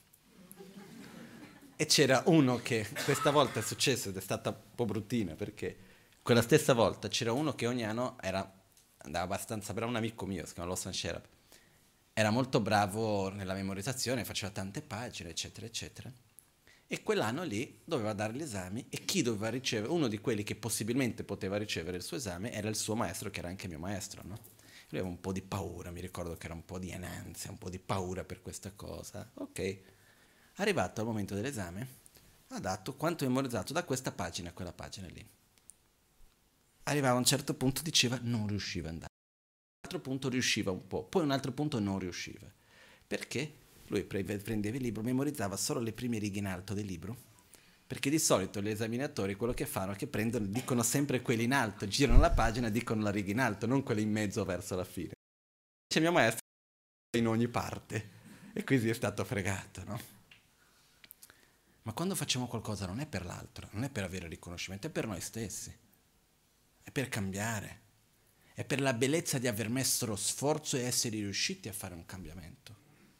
E c'era uno che questa volta è successo ed è stata un po' bruttina, perché quella stessa volta c'era uno che ogni anno era, andava abbastanza bravo, un amico mio, si chiama Lawson Sherab, era molto bravo nella memorizzazione, faceva tante pagine, eccetera, eccetera. E quell'anno lì doveva dare gli esami e chi doveva ricevere, uno di quelli che possibilmente poteva ricevere il suo esame era il suo maestro, che era anche mio maestro, no? Lui aveva un po' di paura, mi ricordo che era un po' di ansia, un po' di paura per questa cosa. Ok, arrivato al momento dell'esame, ha dato quanto memorizzato da questa pagina a quella pagina lì. Arrivava a un certo punto, diceva non riusciva ad andare. A un altro punto riusciva un po', poi a un altro punto non riusciva. Perché? Lui prendeva il libro, memorizzava solo le prime righe in alto del libro, perché di solito gli esaminatori quello che fanno è che prendono, dicono sempre quelli in alto, girano la pagina e dicono la riga in alto, non quella in mezzo verso la fine. C'è mio maestro in ogni parte e così è stato fregato, no? Ma quando facciamo qualcosa non è per l'altro, non è per avere riconoscimento, è per noi stessi, è per cambiare, è per la bellezza di aver messo lo sforzo e essere riusciti a fare un cambiamento.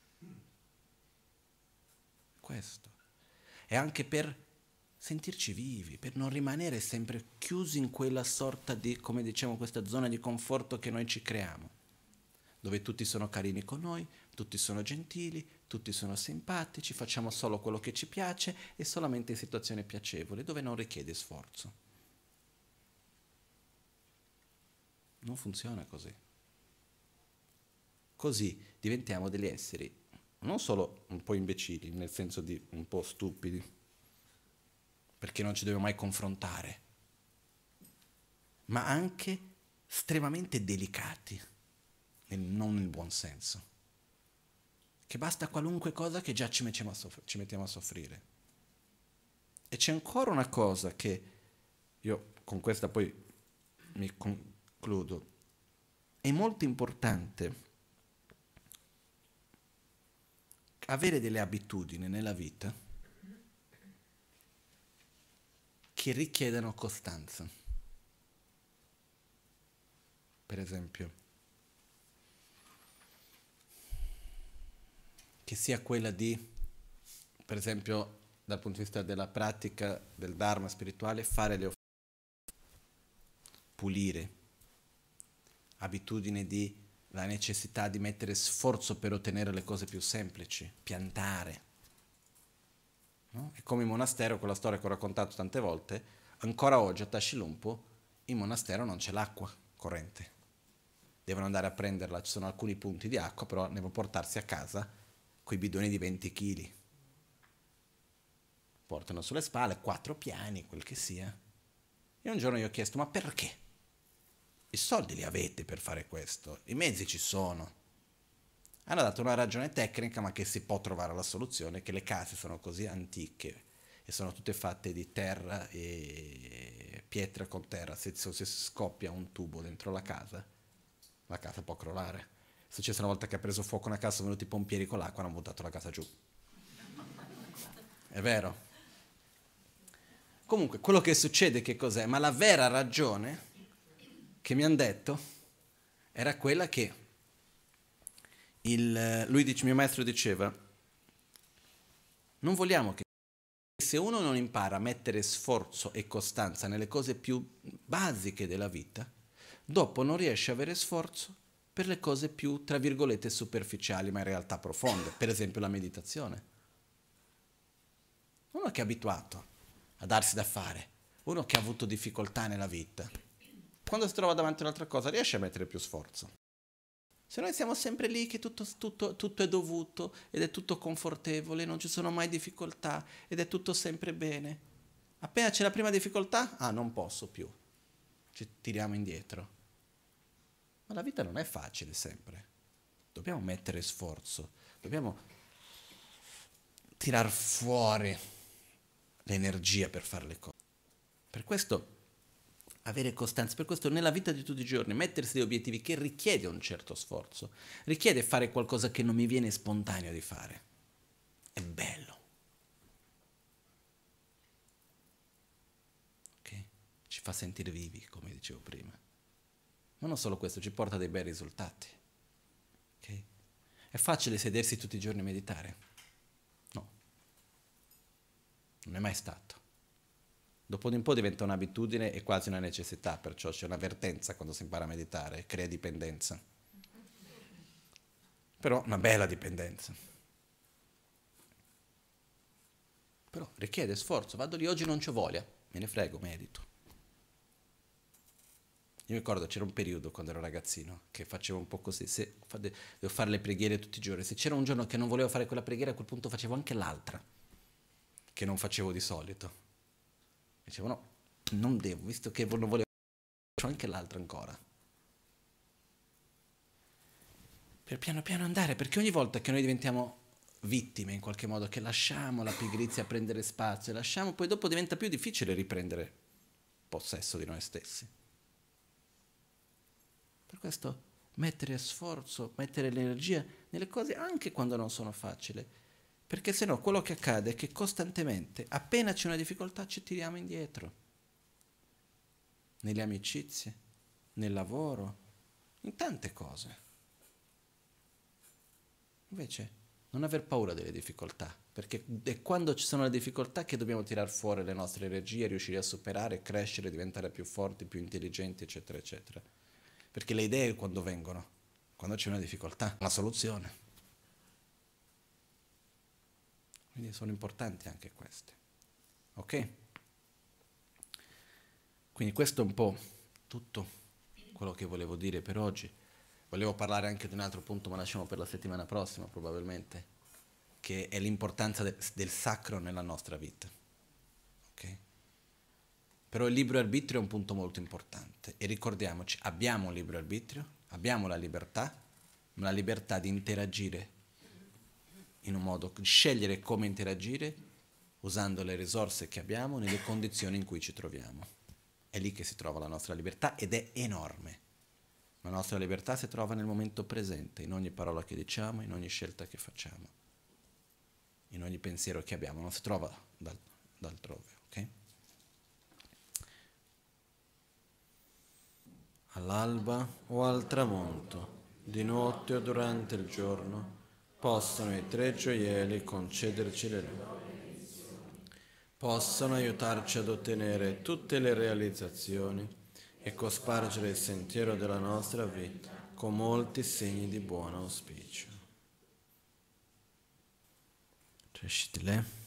Questo. E anche per sentirci vivi, per non rimanere sempre chiusi in quella sorta di, come diciamo, questa zona di conforto che noi ci creiamo, dove tutti sono carini con noi, tutti sono gentili, tutti sono simpatici, facciamo solo quello che ci piace e solamente in situazioni piacevoli, dove non richiede sforzo. Non funziona così. Così diventiamo degli esseri non solo un po' imbecilli, nel senso di un po' stupidi, perché non ci dobbiamo mai confrontare, ma anche estremamente delicati, nel, non nel buon senso, che basta qualunque cosa che già ci mettiamo a, soff- ci mettiamo a soffrire. E c'è ancora una cosa che io con questa poi mi concludo, è molto importante avere delle abitudini nella vita che richiedano costanza. per esempio, che sia quella di, per esempio, dal punto di vista della pratica del Dharma spirituale, fare le offerte, pulire, abitudine di la necessità di mettere sforzo per ottenere le cose più semplici, piantare. No? E come in monastero, quella storia che ho raccontato tante volte, ancora oggi a Tashilhunpo in monastero non c'è l'acqua corrente. Devono andare a prenderla, ci sono alcuni punti di acqua, però devono portarsi a casa quei bidoni di venti chili. Portano sulle spalle, quattro piani, quel che sia. E un giorno io ho chiesto, ma perché? I soldi li avete per fare questo, i mezzi ci sono. Hanno dato una ragione tecnica, ma che si può trovare la soluzione, che le case sono così antiche e sono tutte fatte di terra e pietra con terra. Se, se si scoppia un tubo dentro la casa, la casa può crollare. È successo una volta che ha preso fuoco una casa, sono venuti i pompieri con l'acqua e hanno buttato la casa giù. È vero? Comunque, quello che succede che cos'è? Ma la vera ragione che mi hanno detto era quella che il, lui dice, mio maestro diceva, non vogliamo che se uno non impara a mettere sforzo e costanza nelle cose più basiche della vita, dopo non riesce a avere sforzo per le cose più, tra virgolette, superficiali, ma in realtà profonde, per esempio la meditazione. Uno che è abituato a darsi da fare, uno che ha avuto difficoltà nella vita, quando si trova davanti a un'altra cosa riesce a mettere più sforzo. Se noi siamo sempre lì che tutto, tutto, tutto è dovuto ed è tutto confortevole, non ci sono mai difficoltà ed è tutto sempre bene, appena c'è la prima difficoltà, ah non posso più, ci tiriamo indietro. Ma la vita non è facile sempre, dobbiamo mettere sforzo, dobbiamo tirar fuori l'energia per fare le cose. Per questo avere costanza, per questo nella vita di tutti i giorni mettersi degli obiettivi che richiede un certo sforzo, richiede fare qualcosa che non mi viene spontaneo di fare. È bello. Ok? Ci fa sentire vivi, come dicevo prima. Ma non solo questo, ci porta dei bei risultati. Ok? È facile sedersi tutti i giorni a meditare? No. Non è mai stato. Dopo di un po' diventa un'abitudine e quasi una necessità, perciò c'è un'avvertenza quando si impara a meditare, crea dipendenza. Però una bella dipendenza. Però richiede sforzo, vado lì, oggi non c'ho voglia, me ne frego, medito. Io mi ricordo c'era un periodo quando ero ragazzino che facevo un po' così, se devo fare le preghiere tutti i giorni, se c'era un giorno che non volevo fare quella preghiera a quel punto facevo anche l'altra, che non facevo di solito. Dicevo no, non devo, visto che non volevo, faccio anche l'altra ancora. Per piano piano andare, perché ogni volta che noi diventiamo vittime in qualche modo, che lasciamo la pigrizia prendere spazio, lasciamo, poi dopo diventa più difficile riprendere possesso di noi stessi. Per questo mettere sforzo, mettere l'energia nelle cose anche quando non sono facili, perché sennò quello che accade è che costantemente, appena c'è una difficoltà, ci tiriamo indietro. Nelle amicizie, nel lavoro, in tante cose. Invece, non aver paura delle difficoltà, perché è quando ci sono le difficoltà che dobbiamo tirar fuori le nostre energie, riuscire a superare, crescere, diventare più forti, più intelligenti, eccetera, eccetera. Perché le idee quando vengono? Quando c'è una difficoltà, una soluzione. Quindi sono importanti anche queste. Ok? Quindi questo è un po' tutto quello che volevo dire per oggi. Volevo parlare anche di un altro punto, ma lasciamo per la settimana prossima probabilmente, che è l'importanza de- del sacro nella nostra vita. Ok? Però il libero arbitrio è un punto molto importante e ricordiamoci, abbiamo un libero arbitrio, abbiamo la libertà, ma la libertà di interagire in un modo, di scegliere come interagire usando le risorse che abbiamo nelle condizioni in cui ci troviamo. È lì che si trova la nostra libertà ed è enorme. La nostra libertà si trova nel momento presente, in ogni parola che diciamo, in ogni scelta che facciamo, in ogni pensiero che abbiamo, non si trova dal, d'altrove, ok? all'alba o al tramonto, di notte o durante il giorno, possano i tre gioielli concederci le luci, possano aiutarci ad ottenere tutte le realizzazioni e cospargere il sentiero della nostra vita con molti segni di buon auspicio. Crescitile.